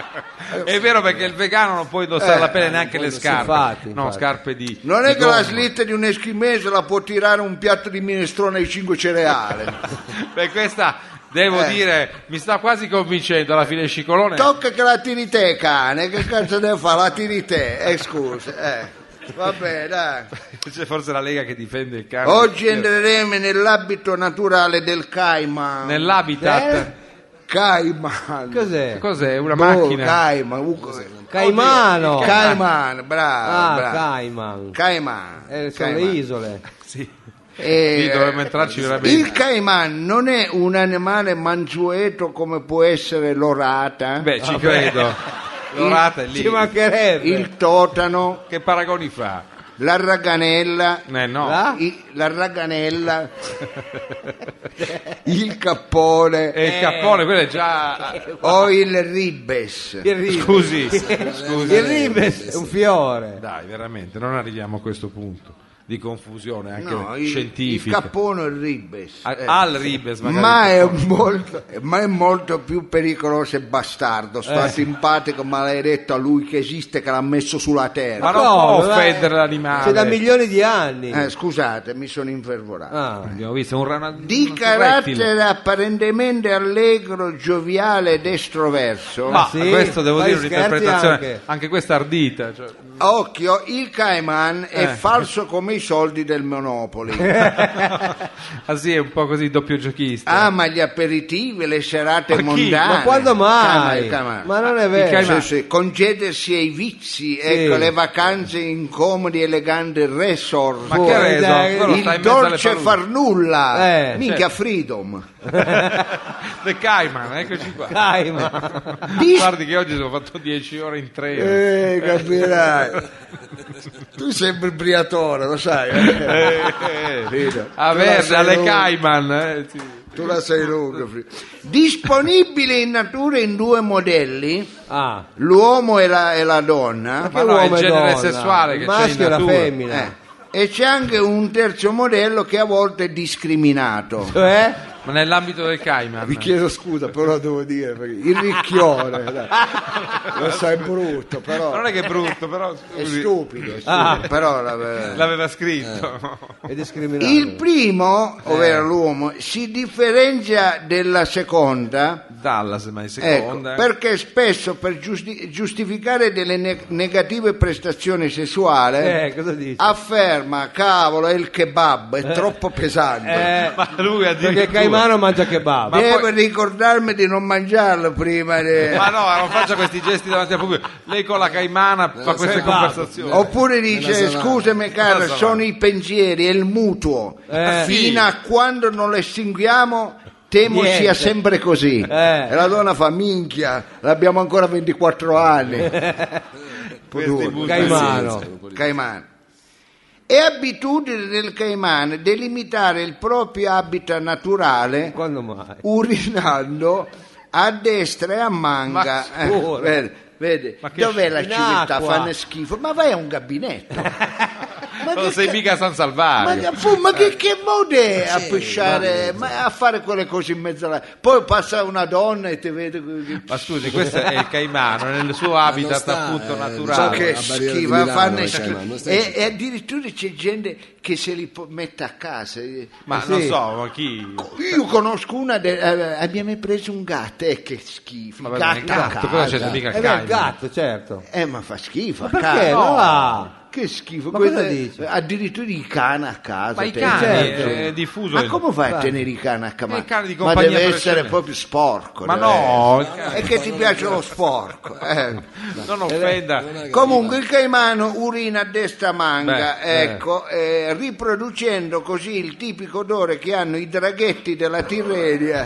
È vero, perché il vegano non può indossare Eh, la pelle neanche le si- scarpe. infatti, No, infatti. scarpe di. Non è di che la gomma. slitta di un eschimese la può tirare un piatto di minestrone ai cinque cereali. Beh, questa devo Eh. dire, mi sta quasi convincendo alla fine Scicolone. Tocca che la tiri te, cane, che cazzo deve fare? La tiri te, eh scusa, eh. Vabbè, dai. C'è forse la Lega che difende il cane. Oggi entreremo nell'abito naturale del Cayman. Nell'habitat. Eh? Cayman. Cos'è? Cos'è? Una Boh, macchina? Cayman. uh, Caimano. Cayman, bravo. Ah, bravo. Cayman. Cayman. Eh, sono Cayman. le isole. Sì. Eh, Sì, dovremmo entrarci veramente. Il Cayman non è un animale mansueto come può essere l'orata, Beh, ci credo. L'orata è lì. Ci mancherebbe. il totano, Che paragoni fa? la raganella, Eh, no. La? i- la raganella, il cappone E il cappone, quello è già. o il ribes. Il ribes. Scusi, scusi. Il ribes è un fiore. Dai, veramente, non arriviamo a questo punto di confusione anche No, il, il scientifica. cappone o il ribes. A- Eh. Al ribes, magari. Ma è, molto, ma è molto più pericoloso e bastardo. Sta Eh. simpatico maledetto a lui che esiste, che l'ha messo sulla terra. Ma non No, può ma- offendere l'animale. C'è da milioni di anni. Eh, scusate, mi sono infervorato. Ah. Abbiamo visto un rana... Di un carattere rettile. apparentemente allegro, gioviale ed estroverso, Ma sì? questo devo Fai dire scherzi un'interpretazione anche. anche, questa ardita. Cioè... occhio, il Cayman è Eh. falso come i soldi del Monopoli. ah sì, è un po' così doppio giochista. Ama gli aperitivi, le serate Ma chi? mondane. Ma quando mai? Cayman, il Cayman. Ma non è Il vero. Cayman. Sì, sì, concedersi ai vizi, ecco, le vacanze in comodi eleganti resort. Ma che Fuori, reso? dai, Quello il sta in mezzo alle dolce paludi. far nulla, Eh, minchia Freedom. The Cayman, eccoci qua. Cayman. Guardi che oggi sono fatto dieci ore in treno. Eh, capirai. Tu sei il briatore, lo sai. eh? Eh, Freedom. a Tu la Verna, sei alle lunga. Cayman. Eh, sì. Tu la sei lunga. Freedom. Disponibile in natura in due modelli, Ah, l'uomo e la, e la donna. ma Ma che no, è il uomo e genere donna? sessuale che Il c'è in maschio e la natura. femmina. Eh. E c'è anche un terzo modello che a volte è discriminato. Cioè? Ma nell'ambito del Cayman. Vi chiedo scusa, però devo dire, perché il ricchione, dai. Lo sai, è brutto, però Non è che è brutto, però è scusi, stupido, è stupido. Ah. Però la- l'aveva scritto. È discriminato. il primo, ovvero l'uomo, si differenzia dalla seconda, Dallas, ma in ecco, seconda. perché spesso per giusti- giustificare delle ne- negative prestazioni sessuali Eh, cosa dici? afferma, cavolo, è il kebab, è troppo pesante. Eh, Ma lui perché addirittura... Caimano mangia kebab. Ma Devo poi- ricordarmi di non mangiarlo prima di... Ma no, non faccia questi gesti davanti al pubblico. Lei con la caimana fa queste kebab. conversazioni. Oppure dice, Nella savana. scusami cara, Nella savana. sono i pensieri, è il mutuo. Eh. Fino a quando non lo estinguiamo, temo Niente. sia sempre così. Eh. E la donna fa, minchia, l'abbiamo ancora ventiquattro anni. Questi Duro. busi- Caimano. Caimano. È abitudine del caimano delimitare il proprio habitat naturale Quando mai? urinando a destra e a manca. Ma Eh, scusa. vedi, vedi. Ma che Dov'è la in civiltà? acqua. Fanno schifo. Ma vai a un gabinetto. Ma Non che sei ca- mica San Ma, Salvario. fu- ma che, che modo è a pisciare, ma a fare quelle cose in mezzo alla... Poi passa una donna e ti vede... che- Ma scusi, questo è il caimano nel suo habitat sta, appunto eh, Ma naturale. che la barriera di schifo, Milano, fanno il schifo. Caimano, non stai E, dicendo. e addirittura c'è gente che se li po- mette a casa. Ma Sì. non so, ma chi? Io conosco una, de- eh, abbiamo preso un gatto, eh, che schifo, Ma gatto, il a gatto, cosa casa. c'è mica il Eh beh, il Cayman? gatto, certo. Eh, ma fa schifo, Ma a perché? casa. Ma va. Che schifo, Ma questa- cosa dici? addirittura i cani a casa. Ma i te- cani certo. è diffuso. Ma il- come fai a Vai. tenere i cani a casa? I cani di Ma compagnia deve per essere eccellenza. proprio sporco. Ma deve no, essere. il cane- È che ti piace lo sporco. eh. non offenda. Comunque il caimano urina a destra manca, Beh, ecco, eh, riproducendo così il tipico odore che hanno i draghetti della Tirrenia.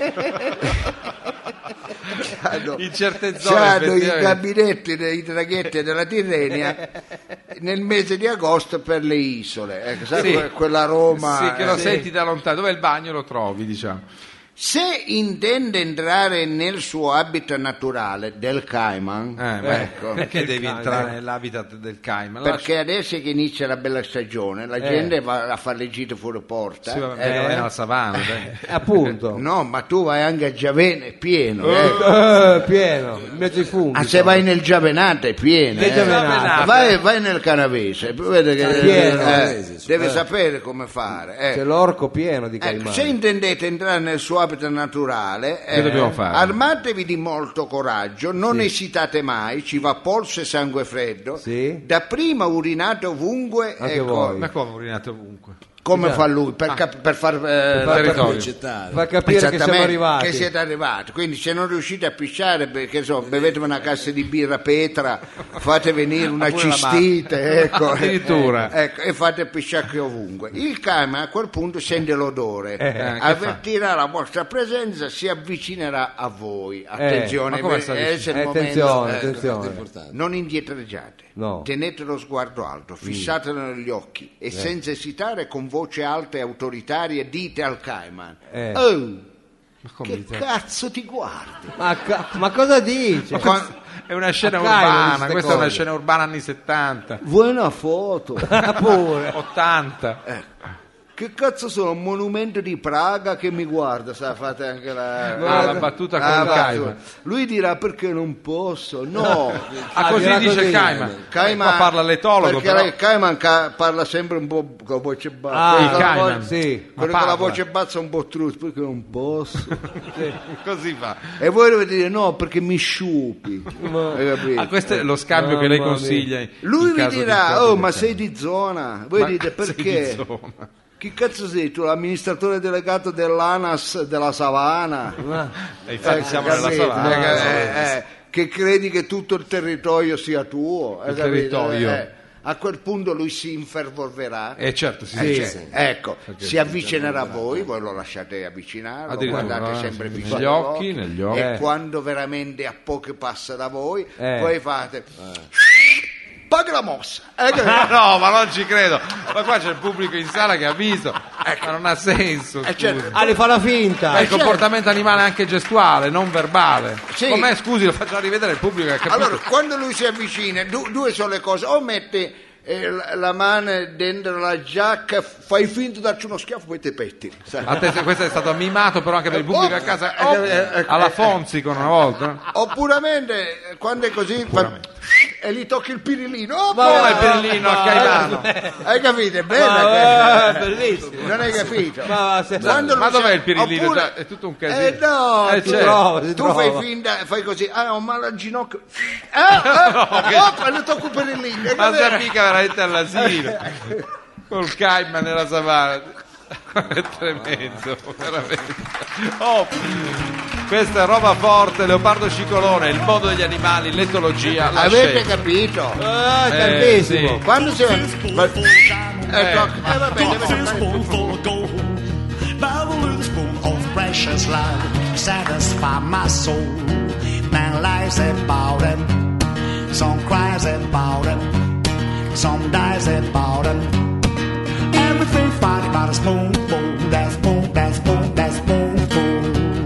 C'hanno- In certe zone c'hanno i effettivamente. gabinetti dei draghetti della Tirrenia nel mese di agosto per le isole, ecco, sai, Sì. que- quella Roma Sì, che lo eh, senti da lontano. Dov'è il bagno lo trovi, diciamo. Se intende entrare nel suo habitat naturale del Cayman, Eh, ma ecco, perché devi entrare nell'habitat del Cayman? perché adesso che inizia la bella stagione, la Eh. gente va a fare le gite fuori porta. Sì, va eh, bene, vai nella savana, dai. Appunto. No, ma tu vai anche a Giavene, è pieno. eh. Eh, pieno, in mezzo ai funghi. Ah, se vai nel Giavenato è pieno. Che eh. Giavenato? Vai, vai nel Canavese, vede che È pieno. eh, Canavese, deve eh. sapere come fare. eh. C'è l'orco pieno di Ecco, caimani. se intendete entrare nel suo habitat naturale, eh, dobbiamo fare? armatevi di molto coraggio, non esitate mai, ci va polso e sangue freddo. Sì. Dapprima urinate ovunque, Anche ecco, voi. Ma come urinate ovunque? come Esatto. fa lui, per, cap- per far, eh, far per- territorio. accettare. Fa capire che siamo Esattamente, arrivati. che siete arrivati. Quindi se non riuscite a pisciare, perché so, bevete una cassa di birra Petra, fate venire una Pure la cistite, ecco, Addirittura. eh, ecco, e fate pisciare ovunque. Il Cayman a quel punto sente l'odore, che avvertirà la vostra presenza, si avvicinerà a voi. Attenzione, ma come eh, si è avvicina? il Eh, momento, attenzione, eh, attenzione. Importante. non indietreggiate, No. tenete lo sguardo alto, fissatelo negli occhi e senza esitare con voce alta e autoritaria dite al Cayman: Eh. oh, Ma come che dite? cazzo ti guardi? Ma, ca- ma cosa dice? Con- È una scena A Cairo urbana, queste questa è una cose. scena urbana anni settanta, Vuoi una foto? Pure. ottanta. Che cazzo sono? Un monumento di Praga che mi guarda, sa, fate anche la, Ah, la battuta con Ah, il battuta. Cayman. Lui dirà perché non posso. No, Ah, così dirà dice così. Cayman. Cayman, Qua parla l'etologo, perché però. il Cayman ca- parla sempre un po' con la voce bassa. Ah, Quello il con la Cayman. voce- Sì. quello Ma con la parla. voce bassa è un po' truzzo, perché non posso. Così fa. E voi dovete dire no, perché mi sciupi. Hai capito? Ah, questo è lo scambio che lei Mamma consiglia. in- Lui in vi caso di dirà, scontri oh del ma Cayman. sei di zona. Voi Ma dite sei perché? di zona. Chi cazzo sei tu? L'amministratore delegato dell'ANAS della Savana? E infatti Eh, siamo capito? nella savana. Eh, eh, che credi che tutto il territorio sia tuo? Hai Il capito? territorio. Eh, a quel punto lui si infervorerà. Eh certo, si Eh, dice. cioè, ecco, si avvicinerà a voi, voi lo lasciate avvicinare, lo Addirittura, guardate eh, sempre sì, fisso negli agli occhi, negli occhi. e Eh. quando veramente a poco passa da voi, Eh. voi fate paga la mossa. Eh, capito? No, ma non ci credo. Ma qua c'è il pubblico in sala che ha visto. Ma non ha senso. Eh, certo. scusi. Ah, le fa la finta. Ma il certo. comportamento animale è anche gestuale, non verbale. Sì. Com'è, scusi, lo facciamo rivedere il pubblico che ha capito. Allora, quando lui si avvicina, du- due sono le cose: o mette eh, la, la mano dentro la giacca, fai finta di darci uno schiaffo, poi te petti. sai. Attenzione, questo è stato mimato però anche per il pubblico Oh, a casa. eh, Oh, eh, eh, alla eh, Fonzicon una volta. Oppuramente, eh, quando è così, fa- e gli tocchi il pirillino. Oh, Come boh! il Perellino a Caivano. Hai capito? È bella Ma, questa. eh, bellissimo. Non hai capito? Ma se- Quando Ma lui dov'è si- il pirillino? oppure- Già, è tutto un casino. Eh no, Eh, tu, certo. trova, si tu trova. fai finta, fai così, ah ho male al ginocchio, ah, eh, oh, e le tocco per il lì. Ma sei mica veramente all'asilo. Col Cayman nella savana. È tremendo, veramente. Oh, questa è roba forte, Leopardo Scicolone, il mondo degli animali, l'etologia, la Avete scienza. capito? Ah, Eh, tantissimo. sì. Quando si va... Ma- Eh. Ecco, eh, vabbè, deve fare- Spoonful of gold, by the little spoon of precious love, satisfy my soul. Man lies about it, some cries about it, some dies about it. Everything fine about a spoonful, that spoon, that spoon, that spoonful.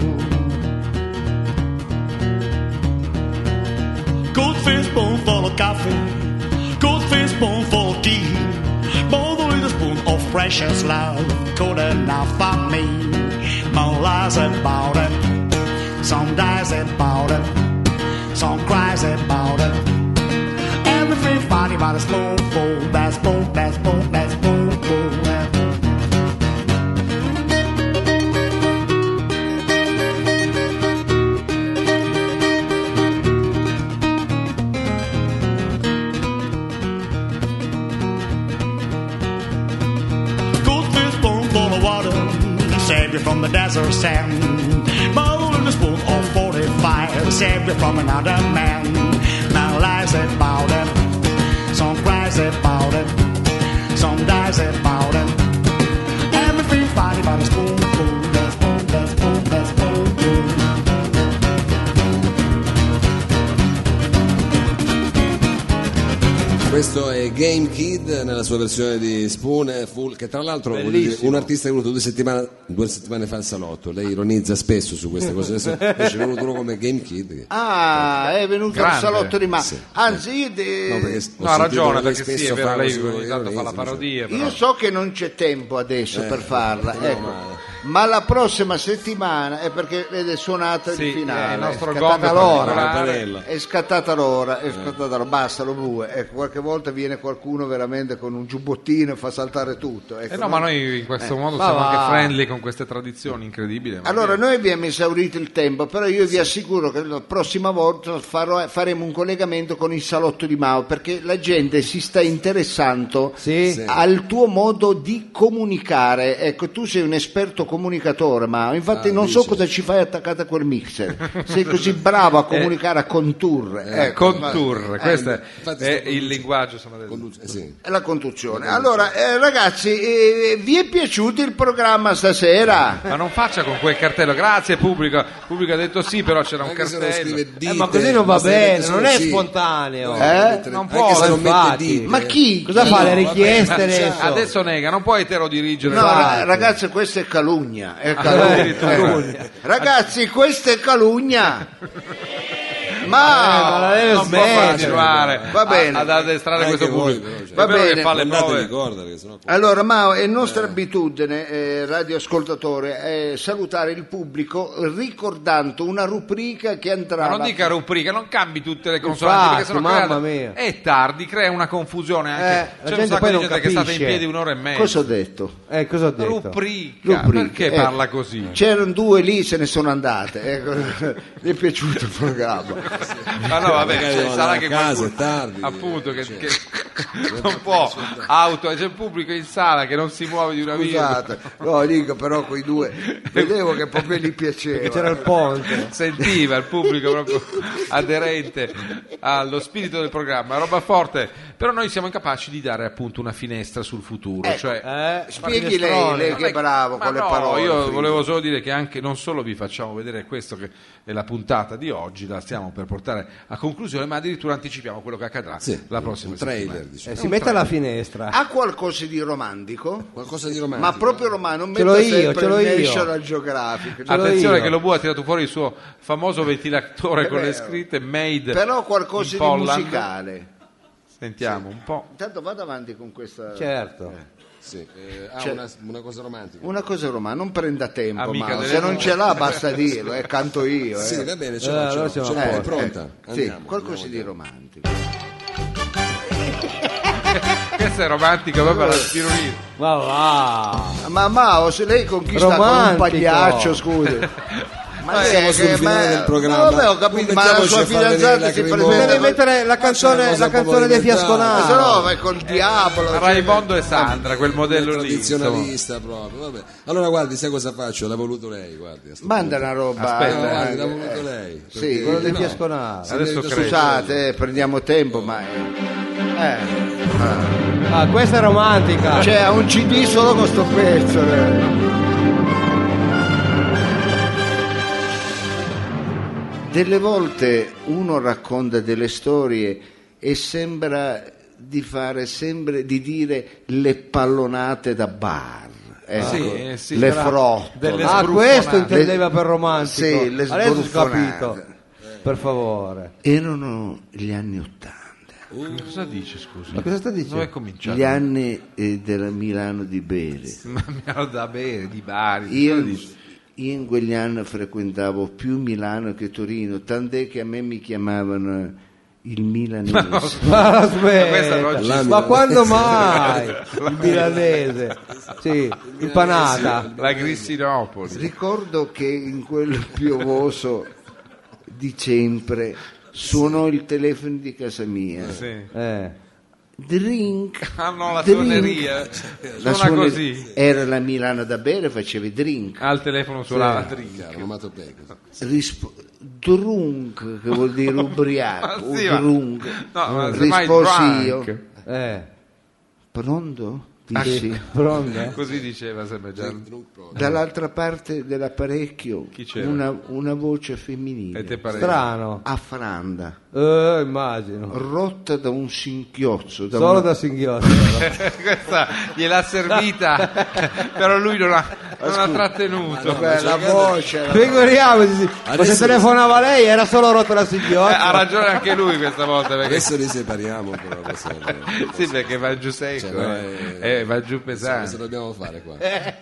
Goldfish spoonful of coffee, goldfish spoonful of tea. Both a little spoon of precious love, good enough for me. One lies about it, some dies about it, some cries about it. Everything funny about a spoonful, that spoon, that spoon, that spoonful. Goldfish spoonful of water, save you from the desert sand. Bowl in a spoon of forty-five, save you from another man. Now lies about it, some cries about it, some dies about it. Everything funny about a spoonful, that spoon, that spoon, that spoonful. Questo è Game Kid nella sua versione di Spoon e Full, che tra l'altro voglio dire, Bellissimo. un artista è venuto due settimane, due settimane fa al salotto. Lei ironizza spesso su queste cose, adesso invece è venuto uno come Game Kid che- Ah, è venuto Grande. al salotto di Ma. Sì. Anzi, io, de- No, perché ho No, ha sentito ragione, lei perché sì, spesso è vero, fa lei su- ogni tanto fa la ironizza, parodia. però- io so che non c'è tempo adesso Eh, per farla, meno ecco. male. Ma la prossima settimana è perché vede suonata Sì, il finale, è il nostro è gong scattata l'ora, particolare. è scattata l'ora, è scattata l'ora, basta lo bue. Ecco, qualche volta viene qualcuno veramente con un giubbottino e fa saltare tutto. Ecco, Eh no, ma noi in questo eh. modo Ma siamo va. anche friendly con queste tradizioni, incredibile. ma Allora, che- noi abbiamo esaurito il tempo, però io vi assicuro che la prossima volta farò- faremo un collegamento con il salotto di Mao, perché la gente si sta interessando Sì. Sì. al tuo modo di comunicare. Ecco, tu sei un esperto comunicatore, Mao, infatti Ah, non so dice. cosa ci fai attaccato a quel mixer. Sei così bravo a comunicare a contour. Ecco, Contour, ma- questo eh, è, infatti è sto il linguaggio insomma, del- Conduce- eh, sì. è la conduzione. Allora, eh, ragazzi, eh, vi è piaciuto il programma stasera? Ma non faccia con quel cartello, grazie pubblico. Il pubblico ha detto sì, però c'era un Anche se non cartello. scrive dite, Eh, ma così non va basta mettere bene, solo non è sì. spontaneo. No, Eh? mettere- Non anche può, se non mette infatti. dite. Ma chi? Cosa Chi? fa le No, richieste vabbè, adesso? Adesso nega, non puoi eterodirigere. No, la- ra- ragazzi, questa è calunnia. È Ah, calunnia. addirittura. Eh. Ragazzi, questa è calunnia. Eh, ma la Ma deve non può smettere. continuare Va bene. a- ad addestrare Anche questo voi, pubblico. però, cioè. Va È vero bene. che fa le Andate prove. ricorda che sennò Allora, Mao, è nostra abitudine, eh, radioascoltatore, eh, salutare il pubblico ricordando una rubrica che andrà. Ma non la- dica rubrica, non cambi tutte le consonanti perché Infatti, sono mamma create- mia. È tardi, crea una confusione anche. Eh, la C'è un gente sacco poi di non gente che è stata in capisce. piedi un'ora e mezza. Cosa ho detto? Eh, cosa ho detto? Rubrica. Rubrica, Perché eh. parla così? C'erano due lì, se ne sono andate. Ecco. Mi è piaciuto il programma. Ma no, vabbè, Magari cioè, devono sarà andare che a casa, qualcuno- è tardi. appunto che, Cioè. che non può auto, c'è il pubblico in sala che non si muove di una virgola. Scusate, no, dico però quei due vedevo che proprio gli piaceva. Perché c'era il ponte. Sentiva il pubblico proprio aderente allo spirito del programma, roba forte, però noi siamo incapaci di dare appunto una finestra sul futuro, Ecco, cioè Eh, Spieghi lei, lei che è bravo ma con le no, parole. io Frido. volevo solo dire che anche non solo vi facciamo vedere questo che è la puntata di oggi, la stiamo per portare a conclusione, ma addirittura anticipiamo quello che accadrà Sì, la prossima un trailer, settimana. diciamo. Eh, si mette alla finestra. Ha qualcosa di romantico? Qualcosa di romantico. Ma proprio romano, non Ce l'ho metta io, sempre ce l'ho il io. National Geographic. Ce l'ho Attenzione io. che lo Bu ha tirato fuori il suo famoso ventilatore È con le vero. scritte made Però qualcosa in di Poland. musicale. Sentiamo un po'. Intanto vado avanti con questa. Certo. Sì, eh, ha Cioè- una, una cosa romantica. Una cosa romana, non prenda tempo, Amica ma delle se non donne. ce l'ha basta dirlo, eh, canto io. Eh. Sì, va bene, ce Eh, l'ho, ce allora l'ho, siamo ce a l'ho, è posto. pronta. Sì, Andiamo, qualcosa andiamo, di andiamo. romantico. Questo è romantico proprio alla spirulina. Ma va. Ma Mao, se lei conquista con un Romantico. pagliaccio, scusi. Ma lei siamo è sul che- finale ma- del programma. ma vabbè, ho capito, ma la Cominciamoci sua a far venire fidanzata la si cremosa. presenta Deve mettere la Ma canzone, c'è una la cosa canzone dei popolarizzata. Ma se Fiasconaro. no vai col diavolo. cioè- Raimondo e Sandra, quel modello È lì. insomma. tradizionalista proprio, vabbè. Allora guardi, sai cosa faccio? L'ha voluto lei, guardi. a sto Manda punto. una roba. Aspetta, No, eh, guardi, l'ha eh, voluto lei. sì, perché- Quello dei no, Fiasconaro. si Adesso merita credo. solo- Scusate, eh, prendiamo tempo, ma. Eh. Ah, questa è romantica. Cioè, ha un C D solo con sto pezzo. eh. Delle volte uno racconta delle storie e sembra di fare sempre di dire le pallonate da bar. Ecco, Sì, eh, sì, le era frottole. delle Ah, sbruffonate. questo intendeva per romantico. Sì, le Adesso ho sbruffonate. capito. Per favore. Erano gli anni Ottanta, Cosa dice, scusa? Ma cosa sta Dove è dicendo? cominciato? gli anni eh, della Milano di Bere. Ma mi hanno da bere, di Bari. Io, cosa dice? io in quegli anni frequentavo più Milano che Torino, tant'è che a me mi chiamavano il milanese. Ma Ma questa aspetta, non ci ma sta. quando mai? Il milanese. Sì, il panata. La Grissinopoli. Ricordo che in quel piovoso dicembre suonò il telefono di casa mia. Sì. Eh. Drink. Ah no, la drink. suoneria. La Suona suone- così. Era la Milano da bere, facevi drink. Al telefono sulla Sì, drink. chiaro, onomatopeico. Rispo- drunk, che vuol dire ubriaco. Ma sì, ma- drunk. No, ma semmai Risposi drunk. io. Eh. Pronto? Ah, sì. Pronto? Così diceva sempre già. Dall'altra parte dell'apparecchio Chi c'era? una, una voce femminile. E te pareva? Strano. A franda, Eh, immagino. rotta da un singhiozzo. Da Solo una- da singhiozzo. Questa gliel'ha servita, però lui non ha, non ha trattenuto. Beh, la voce era- Figuriamoci, ma se Adesso- telefonava lei era solo rotto da Eh, singhiozzo. ha ragione anche lui questa volta, perché Adesso li separiamo però questo è- sì, perché va giù secco, Cioè, no, eh. è- Eh, va giù Cosa pesante, dobbiamo fare qua?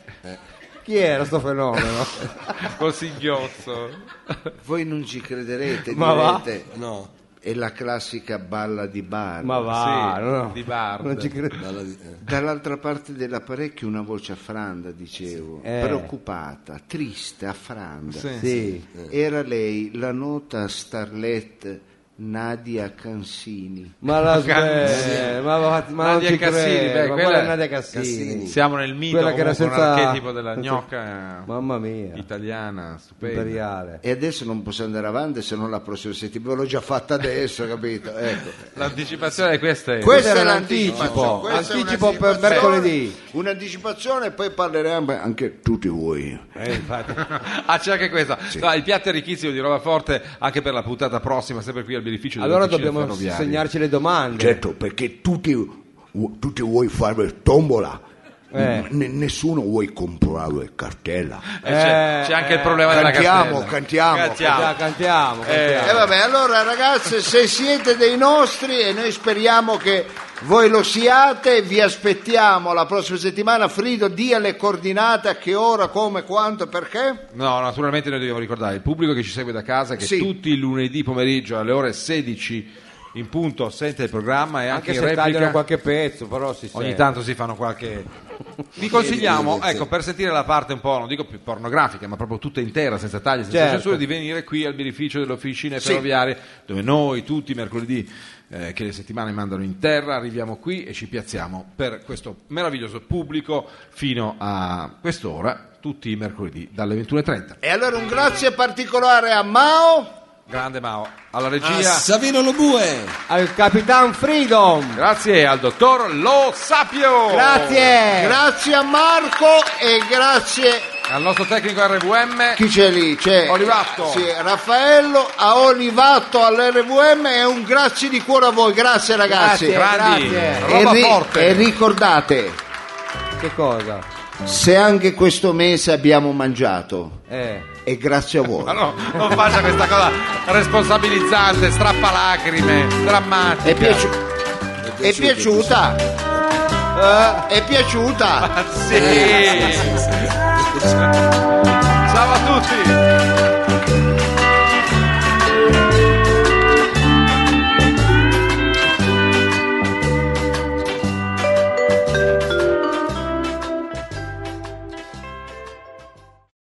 Chi era sto fenomeno? col singhiozzo. Voi non ci crederete, Ma va? direte, No, è la classica balla di bar. Ma va, Sì, no, no. di Bard. Non ci credo. balla di- eh. Dall'altra parte dell'apparecchio una voce a franda, dicevo, Eh. preoccupata, triste, a franda. Sì. Sì. Era lei, la nota starlet Nadia Cansini. Ma la Cassini. smetti, ma, ma, ma non Nadia ci Cassini, credo. beh, ma quella- quella è Nadia Cassini. Cassini. Siamo nel mito, Quella che era comunque, senza- un archetipo della senza- gnocca Mamma mia. italiana, stupenda. Imperiale. E adesso non posso andare avanti se non la prossima settimana, ve l'ho già fatta adesso, capito? Ecco. L'anticipazione di questa è Questa era è l'anticipo. l'anticipo, questa è Anticipo per un'anticipazione, mercoledì. Un'anticipazione e poi parleremo anche tutti voi. Eh, infatti. Ah, c'è anche questa. No, il piatto è ricchissimo di roba forte anche per la puntata prossima, sempre qui al beneficio Allora dell'officina dobbiamo ferroviaria. segnarci le domande. Certo, perché tutti, tutti vuoi fare tombola, Eh. N- nessuno vuoi comprare cartella. Eh, c'è, c'è anche il problema Cantiamo, della cartella. cantiamo. Cantiamo. Già, cantiamo, cantiamo. E vabbè, allora ragazze, se siete dei nostri e noi speriamo che voi lo siate, vi aspettiamo la prossima settimana. Frido, dia le coordinate, a che ora, come, quanto, perché? No, naturalmente noi dobbiamo ricordare il pubblico che ci segue da casa che Sì. tutti i lunedì pomeriggio alle ore sedici in punto sente il programma e anche, Anche in se replica. tagliano qualche pezzo, però si Ogni sente. tanto si fanno qualche. Vi consigliamo, Sì. ecco, per sentire la parte un po', non dico più pornografica, ma proprio tutta intera, senza tagli, senza Certo. censure, di venire qui al beneficio delle officine Sì. ferroviarie, dove noi tutti i mercoledì eh, che le settimane mandano in terra, arriviamo qui e ci piazziamo per questo meraviglioso pubblico fino a quest'ora, tutti i mercoledì dalle ventuno e trenta. E allora un grazie particolare a Mao. Grande Mao, alla Ah, regia. Savino Lobue. Al Capitan Freedom. Grazie al dottor Lo Sapio. Grazie. Grazie a Marco e grazie. Al nostro tecnico R V M. Chi c'è lì? C'è Olivatto. Sì, Raffaello, a Olivatto all'R V M e un grazie di cuore a voi. Grazie ragazzi. Grazie. Grandi, Grazie. E, roba ri- forte. e ricordate, Che cosa? se anche questo mese abbiamo mangiato, Eh. è grazie a voi. Ma no, non faccia questa cosa responsabilizzante, strappalacrime, drammatica. È, piaci- è piaciuta? Eh, è piaciuta? Sì. Ciao a tutti.